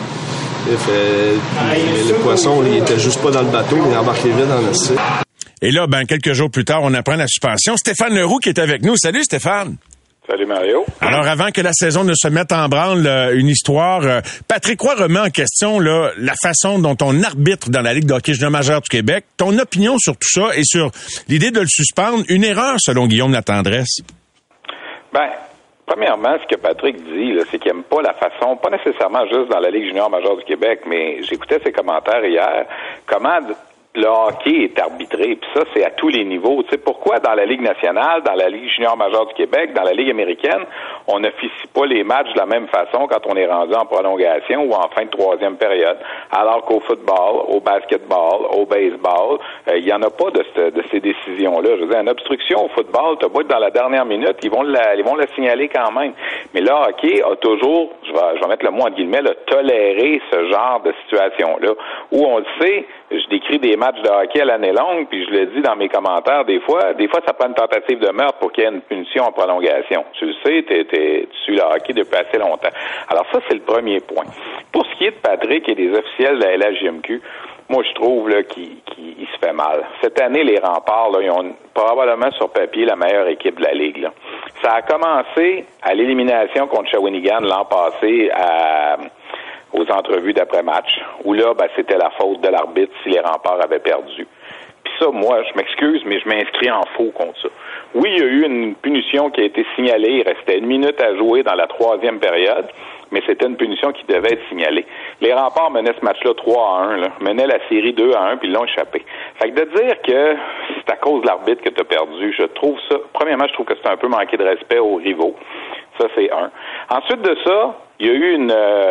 Le poisson, il était juste pas dans le bateau, il embarquait vite dans le site. Et là, quelques jours plus tard, on apprend la suspension. Stéphane Leroux qui est avec nous. Salut Stéphane. Salut Mario. Alors, avant que la saison ne se mette en branle, une histoire, Patrick Roy remet en question là, la façon dont on arbitre dans la Ligue de hockey junior majeur du Québec. Ton opinion sur tout ça et sur l'idée de le suspendre, une erreur selon Guillaume Latendresse? Premièrement, ce que Patrick dit, là, c'est qu'il n'aime pas la façon, pas nécessairement juste dans la Ligue junior majeure du Québec, mais j'écoutais ses commentaires hier, comment le hockey est arbitré, puis ça, c'est à tous les niveaux. Tu sais, pourquoi dans la Ligue nationale, dans la Ligue junior majeure du Québec, dans la Ligue américaine, on n'officie pas les matchs de la même façon quand on est rendu en prolongation ou en fin de troisième période, alors qu'au football, au basketball, au baseball, il y en a pas de ces décisions-là. Je veux dire, une obstruction au football, t'as beau être dans la dernière minute, ils vont la signaler quand même. Mais le hockey a toujours, je vais mettre le mot entre guillemets, toléré ce genre de situation-là, où on le sait, je décris des matchs de hockey à l'année longue, puis je le dis dans mes commentaires, des fois, ça prend une tentative de meurtre pour qu'il y ait une punition en prolongation. Tu le sais, tu suis le hockey depuis assez longtemps. Alors ça, c'est le premier point. Pour ce qui est de Patrick et des officiels de la LHJMQ, moi, je trouve là qu'il se fait mal. Cette année, les Remparts, là, ils ont probablement sur papier la meilleure équipe de la Ligue. Là. Ça a commencé à l'élimination contre Shawinigan l'an passé aux entrevues d'après-match, où là, c'était la faute de l'arbitre si les Remparts avaient perdu. Puis ça, moi, je m'excuse, mais je m'inscris en faux contre ça. Oui, il y a eu une punition qui a été signalée. Il restait 1 minute à jouer dans la 3e période, mais c'était une punition qui devait être signalée. Les Remparts menaient ce match-là 3-1, menaient la série 2-1, puis ils l'ont échappé. Fait que de dire que c'est à cause de l'arbitre que tu as perdu, je trouve ça... Premièrement, je trouve que c'est un peu manquer de respect aux rivaux. Ça, c'est un. Ensuite de ça, il y a eu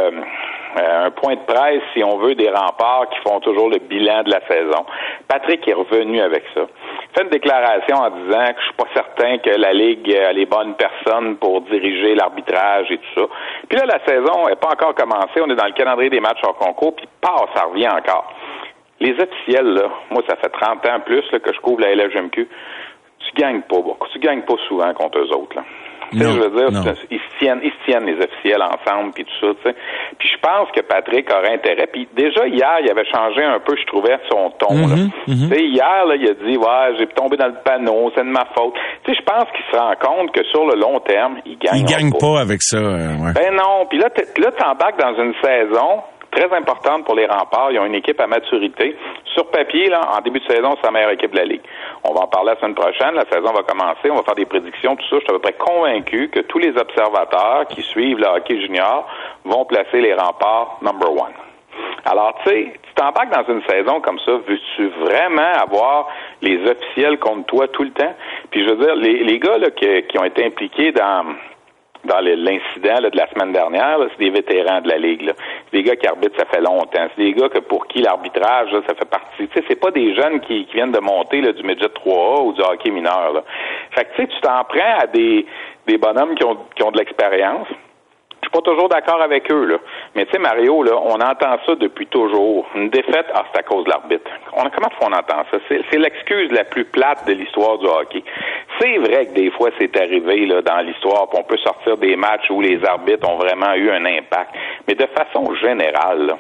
un point de presse, si on veut, des Remparts qui font toujours le bilan de la saison. Patrick est revenu avec ça. Il fait une déclaration en disant que je suis pas certain que la Ligue a les bonnes personnes pour diriger l'arbitrage et tout ça. Puis là, la saison n'est pas encore commencée. On est dans le calendrier des matchs hors concours, puis ça revient encore. Les officiels, là, moi, ça fait 30 ans plus là, que je couvre la LHJMQ. Tu gagnes pas beaucoup. Tu gagnes pas souvent contre eux autres, là. Tu sais, je veux dire, ils se tiennent les officiels ensemble, puis tout ça, tu sais. Puis je pense que Patrick aurait intérêt. Puis déjà, hier, il avait changé un peu, je trouvais, son ton, là. Tu sais, hier, là, il a dit, ouais, j'ai tombé dans le panneau, c'est de ma faute. Tu sais, je pense qu'il se rend compte que sur le long terme, il gagne pas avec ça, ouais. Ben non, puis là, t'embarques dans une saison très importante pour les Remparts. Ils ont une équipe à maturité. Sur papier, là, en début de saison, c'est la meilleure équipe de la Ligue. On va en parler la semaine prochaine. La saison va commencer. On va faire des prédictions, tout ça. Je suis à peu près convaincu que tous les observateurs qui suivent le hockey junior vont placer les Remparts number 1. Alors, tu sais, tu t'embarques dans une saison comme ça, veux-tu vraiment avoir les officiels contre toi tout le temps? Puis, je veux dire, les gars là, qui ont été impliqués dans l'incident là, de la semaine dernière, là, c'est des vétérans de la Ligue. Là. C'est des gars qui arbitrent, ça fait longtemps. C'est des gars pour qui l'arbitrage, là, ça fait partie. Tu sais, c'est pas des jeunes qui viennent de monter là, du midget 3A ou du hockey mineur. Là. Fait que tu sais, tu t'en prends à des bonhommes qui ont de l'expérience. Je suis pas toujours d'accord avec eux, là. Mais tu sais, Mario, là, on entend ça depuis toujours. Une défaite, c'est à cause de l'arbitre. Comment on entend ça? C'est l'excuse la plus plate de l'histoire du hockey. C'est vrai que des fois, c'est arrivé, là, dans l'histoire, puis on peut sortir des matchs où les arbitres ont vraiment eu un impact. Mais de façon générale,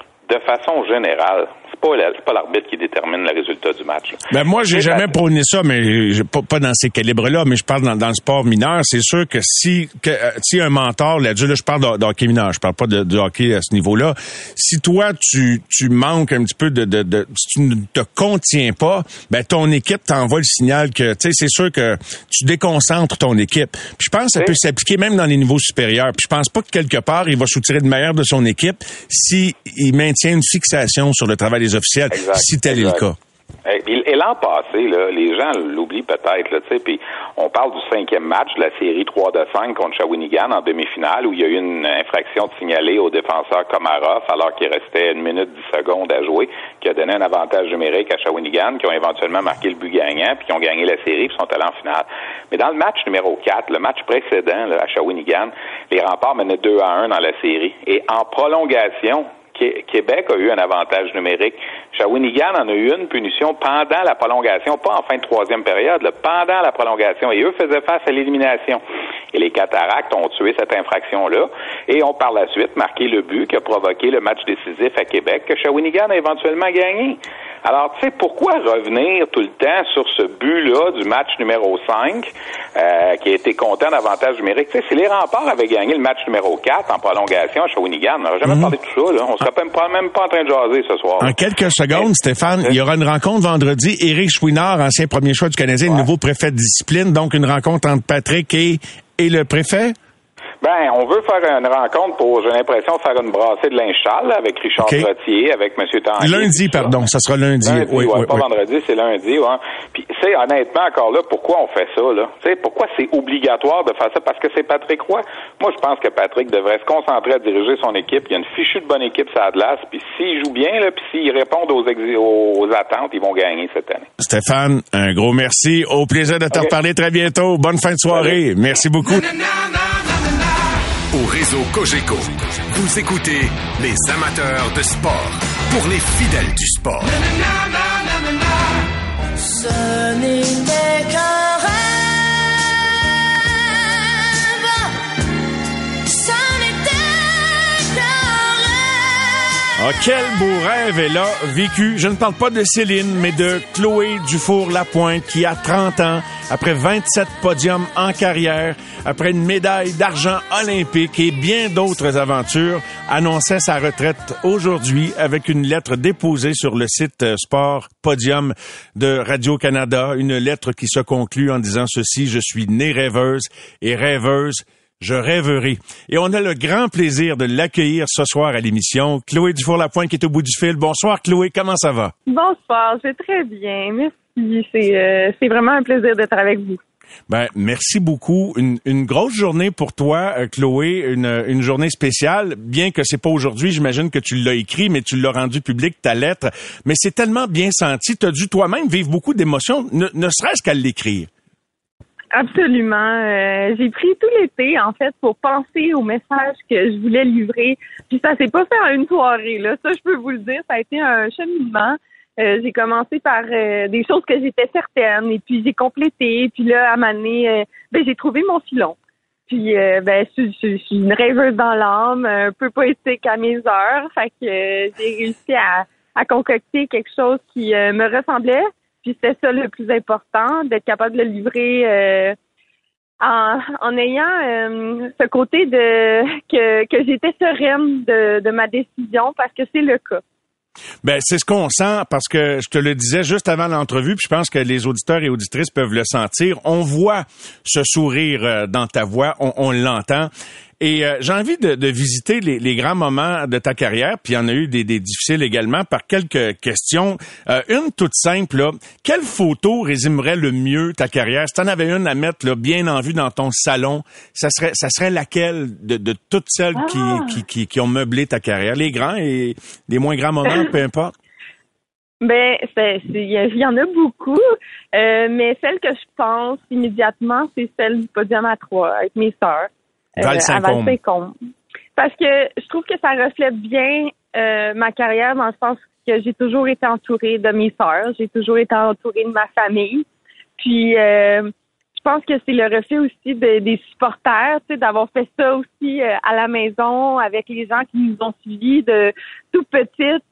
c'est pas l'arbitre qui détermine le résultat du match. Là. Ben moi, j'ai jamais prôné ça, mais pas dans ces calibres-là, mais je parle dans le sport mineur. C'est sûr que si un mentor, là, je parle de hockey mineur, je parle pas de hockey à ce niveau-là. Si toi, tu manques un petit peu si tu ne te contiens pas, ben ton équipe t'envoie le signal que, tu sais, c'est sûr que tu déconcentres ton équipe. Puis je pense que ça peut s'appliquer même dans les niveaux supérieurs. Puis je pense pas que quelque part, il va soutirer le meilleur de son équipe si il maintient une fixation sur le travail des officiels, si tel est le cas. Et l'an passé, là, les gens l'oublient peut-être, là, tu sais, puis on parle du 5e match de la série 3-5 contre Shawinigan en demi-finale où il y a eu une infraction signalée au défenseur Komarov alors qu'il restait 1 minute 10 secondes à jouer, qui a donné un avantage numérique à Shawinigan, qui ont éventuellement marqué le but gagnant, puis qui ont gagné la série, puis sont allés en finale. Mais dans le match numéro 4, le match précédent là, à Shawinigan, les Remparts menaient 2-1 dans la série. Et en prolongation, Québec a eu un avantage numérique. Shawinigan en a eu une punition pendant la prolongation, pas en fin de 3e période, là, pendant la prolongation. Et eux faisaient face à l'élimination. Et les Cataractes ont tué cette infraction-là et ont par la suite marqué le but qui a provoqué le match décisif à Québec que Shawinigan a éventuellement gagné. Alors, tu sais, pourquoi revenir tout le temps sur ce but-là du match numéro 5 qui a été compté en avantage numérique? Tu sais, si les Remparts avaient gagné le match numéro 4 en prolongation à Shawinigan, on n'aurait jamais parlé de tout ça. Là. On serait même pas en train de jaser ce soir. En quelques secondes, Stéphane, il y aura une rencontre vendredi. Éric Chouinard, ancien premier choix du Canadien, nouveau préfet de discipline. Donc, une rencontre entre Patrick et le préfet? Ben, on veut faire une rencontre pour, j'ai l'impression, faire une brassée de linge sale avec Richard Trottier, avec M. Tanguay. Lundi, pardon, ça sera lundi. Oui, pas vendredi, c'est lundi. Ouais. Puis, c'est honnêtement, encore là, pourquoi on fait ça, là? Tu sais, pourquoi c'est obligatoire de faire ça? Parce que c'est Patrick Roy. Moi, je pense que Patrick devrait se concentrer à diriger son équipe. Il y a une fichue de bonne équipe sur la glace. Puis, s'il joue bien, là, puis s'ils répondent aux attentes, ils vont gagner cette année. Stéphane, un gros merci. Au plaisir de te reparler très bientôt. Bonne fin de soirée. Merci beaucoup. Au réseau Cogeco, vous écoutez les amateurs de sport pour les fidèles du sport. Ce n'était qu'un rêve. Ce n'était qu'un rêve. Ah, quel beau rêve est là, vécu. Je ne parle pas de Céline, mais de Chloé Dufour-Lapointe, qui a 30 ans, après 27 podiums en carrière, après une médaille d'argent olympique et bien d'autres aventures, annonçait sa retraite aujourd'hui avec une lettre déposée sur le site Sport Podium de Radio-Canada. Une lettre qui se conclut en disant ceci: « Je suis née rêveuse et rêveuse, je rêverai. » Et on a le grand plaisir de l'accueillir ce soir à l'émission. Chloé Dufour-Lapointe qui est au bout du fil. Bonsoir Chloé, comment ça va? Bonsoir, c'est très bien, merci. C'est vraiment un plaisir d'être avec vous. Ben, merci beaucoup. Une grosse journée pour toi, Chloé, une journée spéciale. Bien que c'est pas aujourd'hui, j'imagine que tu l'as écrit, mais tu l'as rendu public, ta lettre. Mais c'est tellement bien senti. Tu as dû toi-même vivre beaucoup d'émotions, ne serait-ce qu'à l'écrire. Absolument. J'ai pris tout l'été, en fait, pour penser au message que je voulais livrer. Puis ça s'est pas fait en une soirée, là. Ça, je peux vous le dire. Ça a été un cheminement. J'ai commencé par des choses que j'étais certaine, et puis j'ai complété. Puis là, à un moment donné, j'ai trouvé mon filon. Puis je suis une rêveuse dans l'âme, un peu poétique à mes heures. Fait que j'ai réussi à concocter quelque chose qui me ressemblait. Puis c'était ça le plus important, d'être capable de le livrer en ayant ce côté que j'étais sereine de ma décision, parce que c'est le cas. Ben, c'est ce qu'on sent, parce que je te le disais juste avant l'entrevue, puis je pense que les auditeurs et auditrices peuvent le sentir. On voit ce sourire dans ta voix, on l'entend. Et j'ai envie de visiter les grands moments de ta carrière, puis il y en a eu des difficiles également, par quelques questions. Une toute simple, là. Quelle photo résumerait le mieux ta carrière? Si tu en avais une à mettre là, bien en vue dans ton salon, ça serait laquelle de toutes celles qui ont meublé ta carrière? Les grands et les moins grands moments, peu importe. Ben, il y en a beaucoup, mais celle que je pense immédiatement, c'est celle du podium à 3 avec mes sœurs. À Val-Saint-Côme. Parce que je trouve que ça reflète bien ma carrière, dans le sens que j'ai toujours été entourée de mes sœurs, j'ai toujours été entourée de ma famille. Puis je pense que c'est le reflet aussi des supporters, tu sais, d'avoir fait ça aussi à la maison avec les gens qui nous ont suivis de tout petite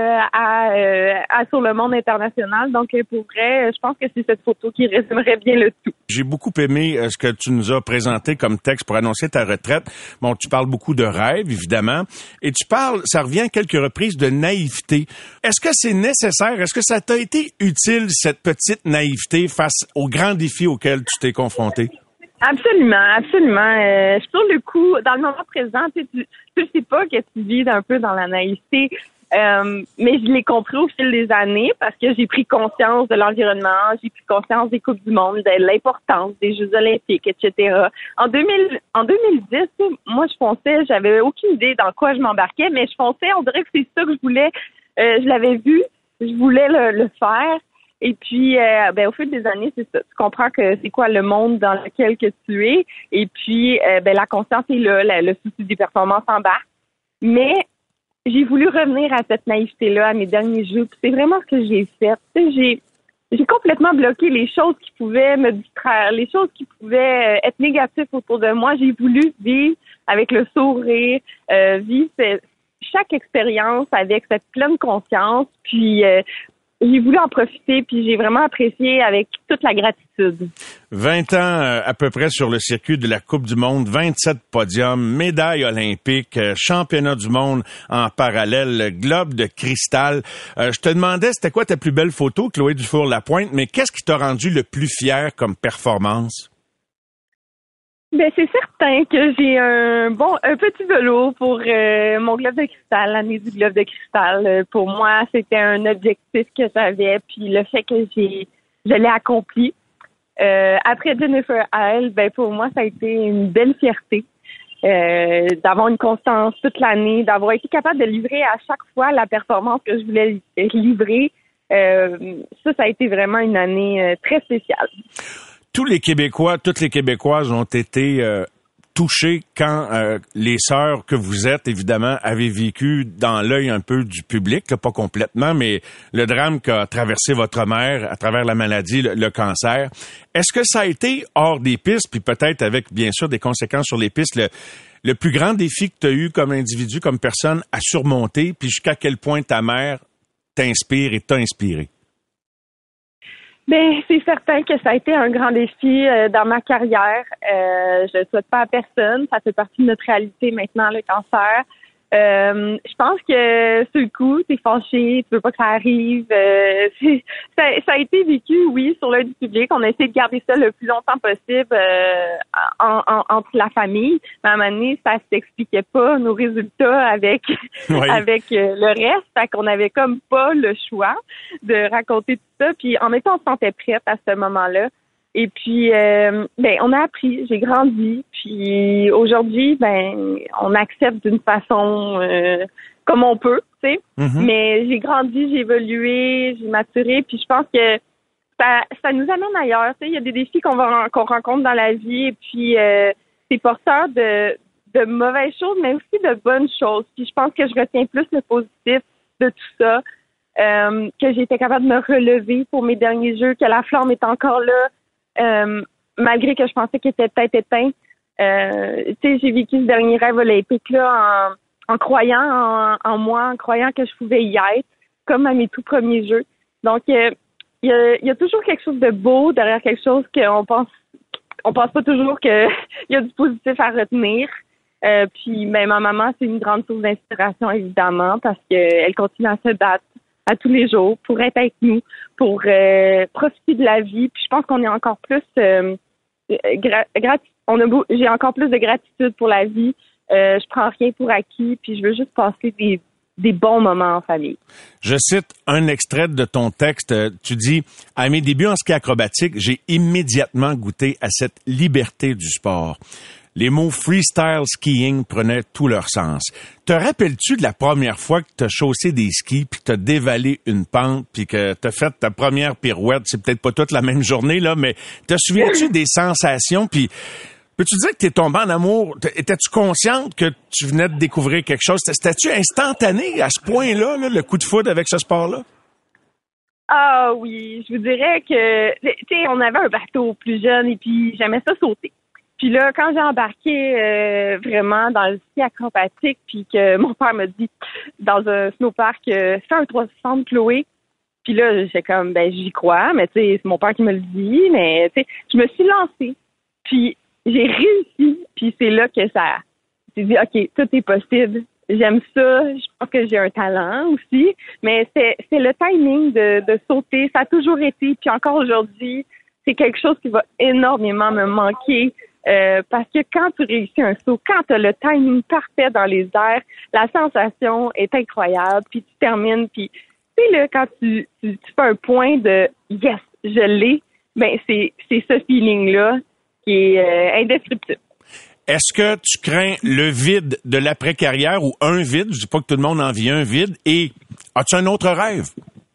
à sur le monde international. Donc pour vrai, je pense que c'est cette photo qui résumerait bien le tout. J'ai beaucoup aimé ce que tu nous as présenté comme texte pour annoncer ta retraite. Bon, tu parles beaucoup de rêve, évidemment, et tu parles, ça revient à quelques reprises, de naïveté. Est-ce que c'est nécessaire? Est-ce que ça t'a été utile, cette petite naïveté, face aux grands défis auxquels tu t'es confronté? Absolument, absolument. Sur le coup, dans le moment présent, tu sais pas que tu vis un peu dans la naïveté, mais je l'ai compris au fil des années, parce que j'ai pris conscience de l'environnement, j'ai pris conscience des Coupes du Monde, de l'importance des Jeux olympiques, etc. En 2010, moi, je fonçais, j'avais aucune idée dans quoi je m'embarquais, mais je fonçais, on dirait que c'est ça que je voulais. Je l'avais vu, je voulais le faire. Et puis, au fil des années, c'est ça. Tu comprends que c'est quoi le monde dans lequel que tu es. Et puis, la conscience est là, le souci des performances embarque. Mais j'ai voulu revenir à cette naïveté-là, à mes derniers jeux. Puis c'est vraiment ce que j'ai fait. Tu sais, j'ai complètement bloqué les choses qui pouvaient me distraire, les choses qui pouvaient être négatives autour de moi. J'ai voulu vivre avec le sourire, vivre chaque expérience avec cette pleine conscience. Puis j'ai voulu en profiter, puis j'ai vraiment apprécié avec toute la gratitude. 20 ans à peu près sur le circuit de la Coupe du Monde, 27 podiums, médaille olympique, championnat du monde en parallèle, globe de cristal. Je te demandais, c'était quoi ta plus belle photo, Chloé Dufour-Lapointe, mais qu'est-ce qui t'a rendu le plus fier comme performance? Ben c'est certain que j'ai un petit velours pour mon globe de cristal, l'année du globe de cristal. Pour moi, c'était un objectif que j'avais, puis le fait que je l'ai accompli. Après Jennifer Isle, ben pour moi, ça a été une belle fierté d'avoir une constance toute l'année, d'avoir été capable de livrer à chaque fois la performance que je voulais livrer. Ça a été vraiment une année très spéciale. Tous les Québécois, toutes les Québécoises ont été touchés quand les sœurs que vous êtes, évidemment, avez vécu dans l'œil un peu du public, là, pas complètement, mais le drame qu'a traversé votre mère à travers la maladie, le cancer. Est-ce que ça a été hors des pistes, puis peut-être avec, bien sûr, des conséquences sur les pistes, le plus grand défi que tu as eu comme individu, comme personne, à surmonter, puis jusqu'à quel point ta mère t'inspire et t'a inspiré? Ben, c'est certain que ça a été un grand défi dans ma carrière. Je le souhaite pas à personne. Ça fait partie de notre réalité maintenant, le cancer. Je pense que sur le coup, t'es fâché, tu veux pas que ça arrive. Ça a été vécu, oui, sur l'œil du public. On a essayé de garder ça le plus longtemps possible entre la famille. Mais à un moment donné, ça s'expliquait pas nos résultats avec le reste. Fait qu'on avait comme pas le choix de raconter tout ça. Puis en même temps, on se sentait prête à ce moment-là. Et puis, on a appris, j'ai grandi, puis aujourd'hui, on accepte d'une façon comme on peut, tu sais. Mm-hmm. Mais j'ai grandi, j'ai évolué, j'ai maturé, puis je pense que ça nous amène ailleurs, tu sais. Il y a des défis qu'on rencontre dans la vie, et puis c'est porteur de mauvaises choses, mais aussi de bonnes choses. Puis je pense que je retiens plus le positif de tout ça, que j'ai été capable de me relever pour mes derniers jeux, que la flamme est encore là. Malgré que je pensais qu'il était peut-être éteint. Tu sais, j'ai vécu ce dernier rêve olympique là en croyant en moi, en croyant que je pouvais y être, comme à mes tout premiers jeux. Donc il y a toujours quelque chose de beau derrière quelque chose qu'on pense pas toujours qu'il y a du positif à retenir. Puis ma maman, c'est une grande source d'inspiration évidemment parce qu'elle continue à se battre à tous les jours pour être avec nous, pour profiter de la vie. Puis je pense qu'on est encore plus j'ai encore plus de gratitude pour la vie. Je prends rien pour acquis, puis je veux juste passer des bons moments en famille. Je cite un extrait de ton texte. Tu dis « À mes débuts en ski acrobatique, j'ai immédiatement goûté à cette liberté du sport. Les mots freestyle skiing prenaient tout leur sens. Te rappelles-tu de la première fois que tu as chaussé des skis, puis que tu as dévalé une pente, puis que tu as fait ta première pirouette? C'est peut-être pas toute la même journée, là, mais te souviens-tu des sensations? Puis peux-tu dire que tu es tombé en amour? Étais-tu consciente que tu venais de découvrir quelque chose? C'était-tu instantané à ce point-là, là, le coup de foudre avec ce sport-là? Ah oui, je vous dirais que, tu sais, on avait un bateau plus jeune et puis j'aimais ça sauter. Puis là, quand j'ai embarqué vraiment dans le ski acrobatique, puis que mon père m'a dit dans un snowpark, fais un 360 Chloé. Puis là, j'étais comme, j'y crois, mais tu sais, c'est mon père qui me le dit, mais tu sais, je me suis lancée. Puis j'ai réussi, puis c'est là que ça, j'ai dit, ok, tout est possible. J'aime ça, je pense que j'ai un talent aussi, mais c'est le timing de sauter, ça a toujours été, puis encore aujourd'hui, c'est quelque chose qui va énormément me manquer. Parce que quand tu réussis un saut, quand tu as le timing parfait dans les airs, la sensation est incroyable, puis tu termines, puis tu sais là, quand tu fais un point de yes, je l'ai, c'est ce feeling-là qui est indescriptible. Est-ce que tu crains le vide de l'après-carrière ou un vide? Je dis pas que tout le monde en vit un vide. Et as-tu un autre rêve?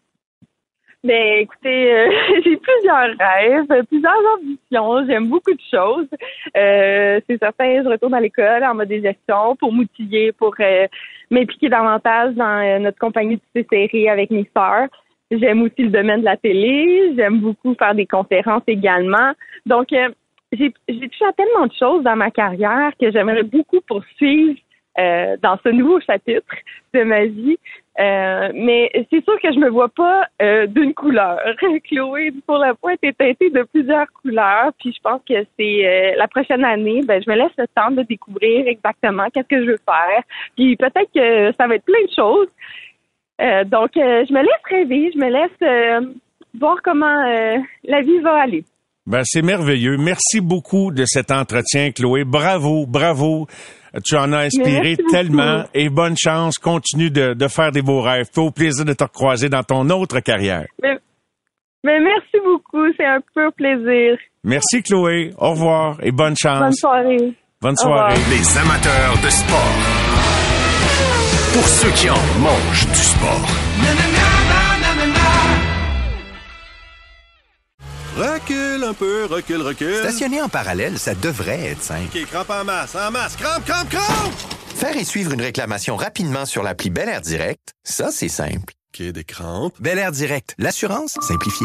Écoutez, j'ai plusieurs rêves, plusieurs ambitions. J'aime beaucoup de choses. C'est certain, je retourne à l'école en mode de gestion pour m'outiller, pour m'impliquer davantage dans notre compagnie de CCR avec mes sœurs. J'aime aussi le domaine de la télé. J'aime beaucoup faire des conférences également. Donc, j'ai touché à tellement de choses dans ma carrière que j'aimerais beaucoup poursuivre dans ce nouveau chapitre de ma vie. Mais c'est sûr que je me vois pas d'une couleur. Chloé pour la pointe est teintée de plusieurs couleurs. Puis je pense que c'est la prochaine année, je me laisse le temps de découvrir exactement qu'est-ce que je veux faire. Puis peut-être que ça va être plein de choses. Donc je me laisse rêver, je me laisse voir comment la vie va aller. Ben, c'est merveilleux. Merci beaucoup de cet entretien, Chloé. Bravo. Tu en as inspiré tellement et bonne chance. Continue de faire des beaux rêves. Puis au plaisir de te recroiser dans ton autre carrière. Mais merci beaucoup. C'est un pur plaisir. Merci, Chloé. Au revoir et bonne chance. Bonne soirée. Bonne soirée. Les amateurs de sport. Pour ceux qui en mangent du sport. Recule un peu, recule. Stationner en parallèle, ça devrait être simple. OK, crampe en masse, crampe! Faire et suivre une réclamation rapidement sur l'appli Bel Air Direct, ça, c'est simple. OK, des crampes. Bel Air Direct, l'assurance simplifiée.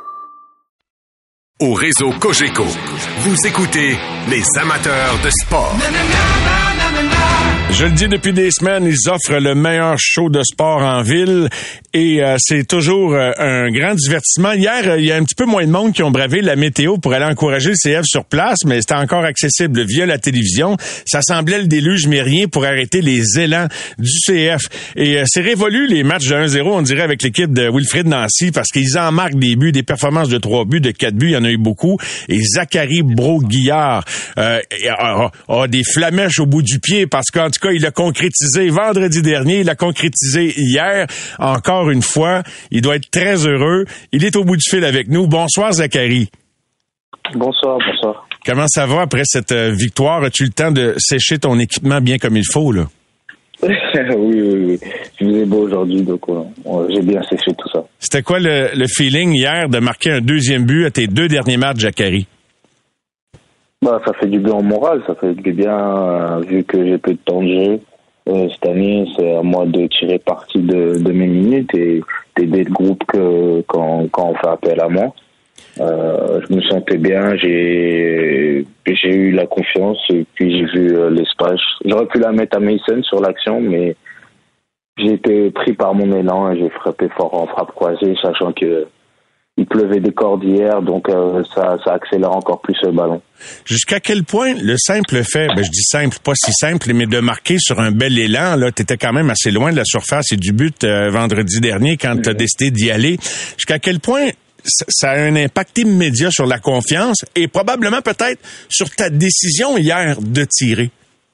Au réseau Cogeco, vous écoutez les amateurs de sport. Je le dis depuis des semaines, ils offrent le meilleur show de sport en ville et c'est toujours un grand divertissement. Hier, il y a un petit peu moins de monde qui ont bravé la météo pour aller encourager le CF sur place, mais c'était encore accessible via la télévision. Ça semblait le déluge, mais rien pour arrêter les élans du CF. Et c'est révolu les matchs de 1-0, on dirait, avec l'équipe de Wilfrid Nancy, parce qu'ils en marquent des buts, des performances de 3 buts, de 4 buts, il y en a eu beaucoup. Et Zachary Brault-Guillard a des flamèches au bout du pied parce qu'en tout cas, il l'a concrétisé vendredi dernier, il l'a concrétisé hier. Encore une fois, il doit être très heureux. Il est au bout du fil avec nous. Bonsoir, Zachary. Bonsoir. Comment ça va après cette victoire? As-tu le temps de sécher ton équipement bien comme il faut, là? Oui. Je faisais beau aujourd'hui, donc j'ai bien séché tout ça. C'était quoi le feeling hier de marquer un deuxième but à tes 2 derniers matchs, Zachary? Ça fait du bien au moral, ça fait du bien vu que j'ai peu de temps de jeu. Cette année, c'est à moi de tirer parti de mes minutes et d'aider le groupe quand on fait appel à moi. Je me sentais bien, j'ai eu la confiance et puis j'ai vu l'espace. J'aurais pu la mettre à Mason sur l'action, mais j'ai été pris par mon élan et j'ai frappé fort en frappe croisée, sachant que il pleuvait des cordes hier, donc ça accélère encore plus le ballon. Jusqu'à quel point le simple fait, je dis simple, pas si simple, mais de marquer sur un bel élan, là, t'étais quand même assez loin de la surface et du but vendredi dernier quand t'as décidé d'y aller. Jusqu'à quel point ça a un impact immédiat sur la confiance et probablement peut-être sur ta décision hier de tirer?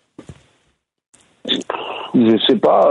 Je sais pas.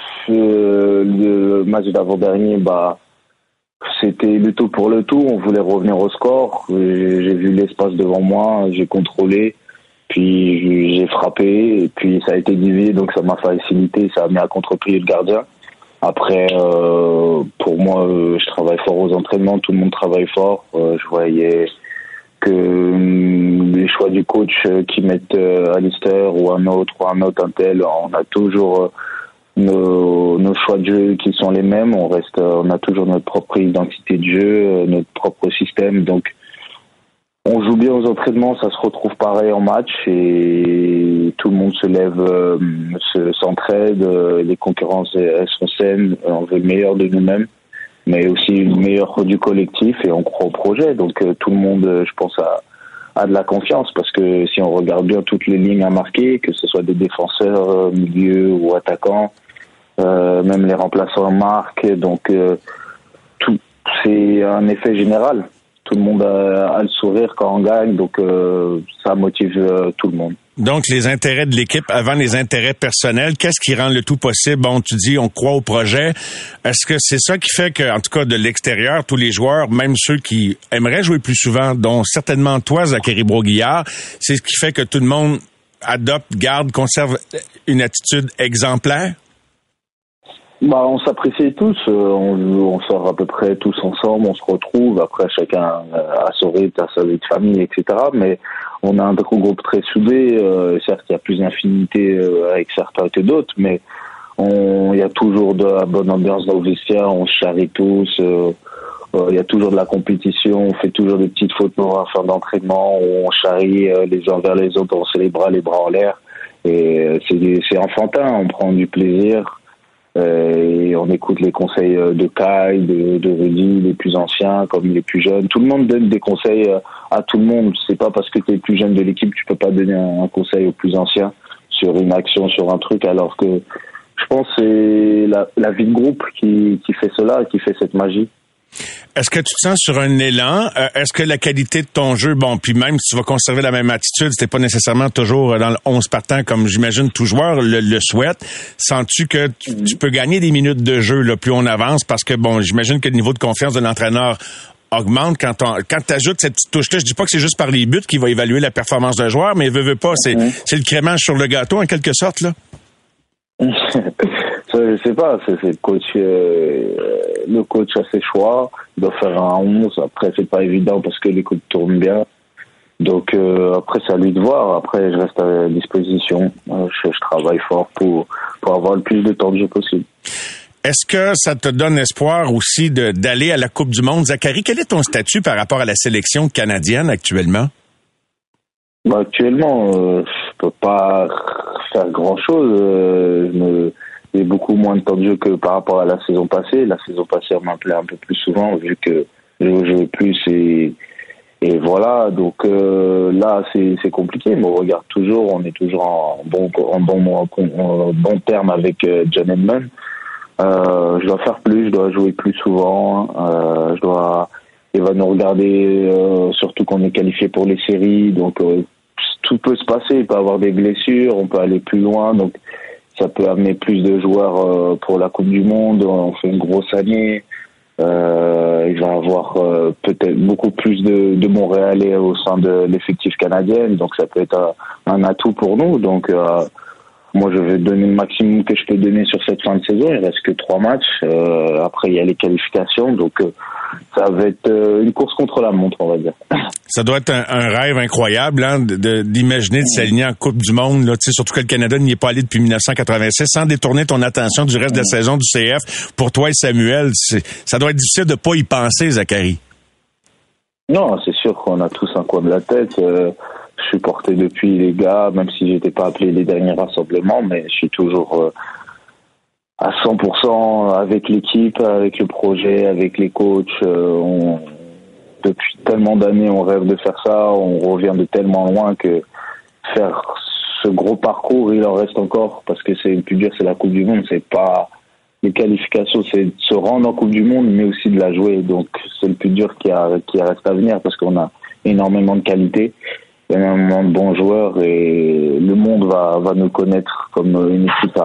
Le match d'avant-dernier, c'était le tout pour le tout. On voulait revenir au score. J'ai vu l'espace devant moi, j'ai contrôlé, puis j'ai frappé, et puis ça a été divisé, donc ça m'a facilité, ça a mis à contre-pied le gardien. Après, pour moi, je travaille fort aux entraînements, tout le monde travaille fort. Je voyais que les choix du coach qui mettent Alistair ou un autre un tel, on a toujours nos choix de jeu qui sont les mêmes. On a toujours notre propre identité de jeu, notre propre système. Donc, on joue bien aux entraînements, ça se retrouve pareil en match et tout le monde se lève, s'entraide. Les concurrences, elles sont saines. On veut le meilleur de nous-mêmes, mais aussi le meilleur du collectif et on croit au projet. Donc, tout le monde, je pense, a de la confiance parce que si on regarde bien toutes les lignes à marquer, que ce soit des défenseurs, milieux ou attaquants, même les remplaçants marquent. Donc, c'est un effet général. Tout le monde a le sourire quand on gagne, donc ça motive tout le monde. Donc, les intérêts de l'équipe avant les intérêts personnels, qu'est-ce qui rend le tout possible? Bon, tu dis, on croit au projet. Est-ce que c'est ça qui fait que, en tout cas, de l'extérieur, tous les joueurs, même ceux qui aimeraient jouer plus souvent, dont certainement toi, Zachary Brault-Guillard, c'est ce qui fait que tout le monde adopte, garde, conserve une attitude exemplaire? On s'apprécie tous, on sort à peu près tous ensemble, on se retrouve, après chacun a son rythme, a sa vie de famille, etc. Mais on a un groupe très soudé, certes il y a plus d'infinité avec certains que d'autres, mais il y a toujours de la bonne ambiance dans le vestiaire, on se charrie tous, il y a toujours de la compétition, on fait toujours des petites photos à fin d'entraînement, on charrie les uns vers les autres, on se les bras en l'air, et c'est enfantin, on prend du plaisir. Et on écoute les conseils de Kai, de Rudy, les plus anciens comme les plus jeunes. Tout le monde donne des conseils à tout le monde. C'est pas parce que tu es le plus jeune de l'équipe tu peux pas donner un conseil aux plus anciens sur une action, sur un truc, alors que je pense que c'est la vie de groupe qui fait cela, qui fait cette magie. Est-ce que tu te sens sur un élan? Est-ce que la qualité de ton jeu, bon, puis même si tu vas conserver la même attitude, c'était pas nécessairement toujours dans le 11 partant comme j'imagine tout joueur le souhaite, sens-tu que tu peux gagner des minutes de jeu là, plus on avance? Parce que, bon, j'imagine que le niveau de confiance de l'entraîneur augmente quand tu ajoutes cette petite touche-là. Je dis pas que c'est juste par les buts qu'il va évaluer la performance d'un joueur, mais veut pas, c'est le crémage sur le gâteau en quelque sorte, là. Je sais pas, c'est le coach. Le coach a ses choix. Il doit faire un 11. Après, c'est pas évident parce que les coups tournent bien. Donc après, c'est à lui de voir. Après, je reste à disposition. Je travaille fort pour avoir le plus de temps de jeu possible. Est-ce que ça te donne espoir aussi d'aller à la Coupe du Monde? Zachary, quel est ton statut par rapport à la sélection canadienne actuellement? Actuellement, je peux pas faire grand-chose. J'ai beaucoup moins de temps de jeu que par rapport à la saison passée. La saison passée, on m'appelait un peu plus souvent vu que je jouais plus et voilà. Donc là, c'est compliqué. Mais on regarde toujours. On est toujours en bon terme avec John Edmond. Je dois faire plus. Je dois jouer plus souvent. Il va nous regarder. Surtout qu'on est qualifié pour les séries. Donc tout peut se passer. Il peut y avoir des blessures. On peut aller plus loin. Donc ça peut amener plus de joueurs pour la Coupe du Monde. On fait une grosse année. Il va avoir peut-être beaucoup plus de Montréalais au sein de l'effectif canadien. Donc ça peut être un atout pour nous. Donc moi, je vais donner le maximum que je peux donner sur cette fin de saison. Il reste que 3 matchs. Après, il y a les qualifications. Donc ça va être une course contre la montre, on va dire. Ça doit être un rêve incroyable hein, d'imaginer de s'aligner en Coupe du Monde, là, surtout que le Canada n'y est pas allé depuis 1986, sans détourner ton attention du reste de la saison du CF. Pour toi et Samuel, ça doit être difficile de pas y penser, Zachary. Non, c'est sûr qu'on a tous un coin de la tête. Je suis porté depuis les gars, même si j'étais pas appelé les derniers rassemblements, mais je suis toujours à 100% avec l'équipe, avec le projet, avec les coachs. Depuis tellement d'années, on rêve de faire ça. On revient de tellement loin que faire ce gros parcours, il en reste encore parce que c'est le plus dur, c'est la Coupe du Monde. C'est pas les qualifications, c'est de se rendre en Coupe du Monde, mais aussi de la jouer. Donc c'est le plus dur qui reste à venir parce qu'on a énormément de qualité, énormément de bons joueurs et le monde va nous connaître comme une équipe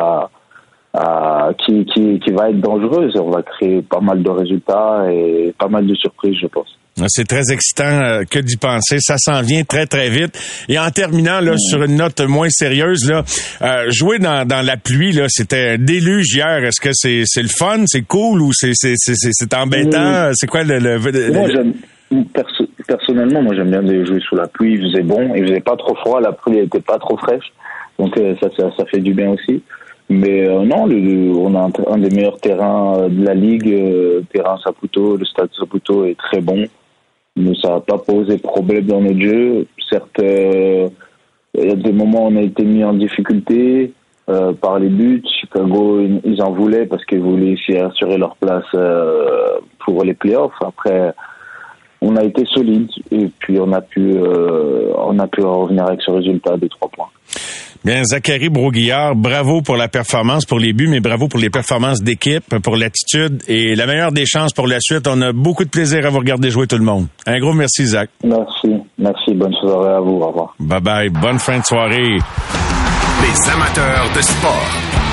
qui va être dangereuse. On va créer pas mal de résultats et pas mal de surprises, je pense. C'est très excitant que d'y penser. Ça s'en vient très, très vite. Et en terminant, là, sur une note moins sérieuse, là, jouer dans la pluie, là, c'était un déluge hier. Est-ce que c'est le fun, c'est cool ou c'est embêtant? C'est quoi Personnellement, moi, j'aime bien jouer sous la pluie. Il faisait bon. Il faisait pas trop froid. La pluie était pas trop fraîche. Donc, ça fait du bien aussi. Mais non, on a un des meilleurs terrains de la ligue, terrain Saputo. Le stade Saputo est très bon. Mais ça n'a pas posé problème dans notre jeu. Certes, il y a des moments où on a été mis en difficulté par les buts. Chicago, ils en voulaient parce qu'ils voulaient essayer d'assurer leur place pour les playoffs. Après, on a été solide et puis on a pu revenir avec ce résultat de 3 points. Bien, Zachary Brault-Guillard, bravo pour la performance, pour les buts, mais bravo pour les performances d'équipe, pour l'attitude et la meilleure des chances pour la suite. On a beaucoup de plaisir à vous regarder jouer tout le monde. Un gros merci, Zach. Merci. Bonne soirée à vous. Au revoir. Bye bye. Bonne fin de soirée. Les amateurs de sport.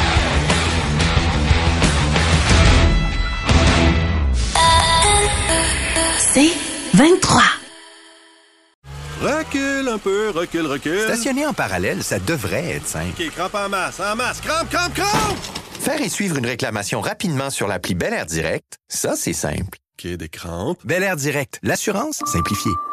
C'est 23. Recule un peu, recule. Stationner en parallèle, ça devrait être simple. OK, crampe en masse, crampe! Faire et suivre une réclamation rapidement sur l'appli Bel Air Direct, ça, c'est simple. OK, des crampes. Bel Air Direct, l'assurance simplifiée.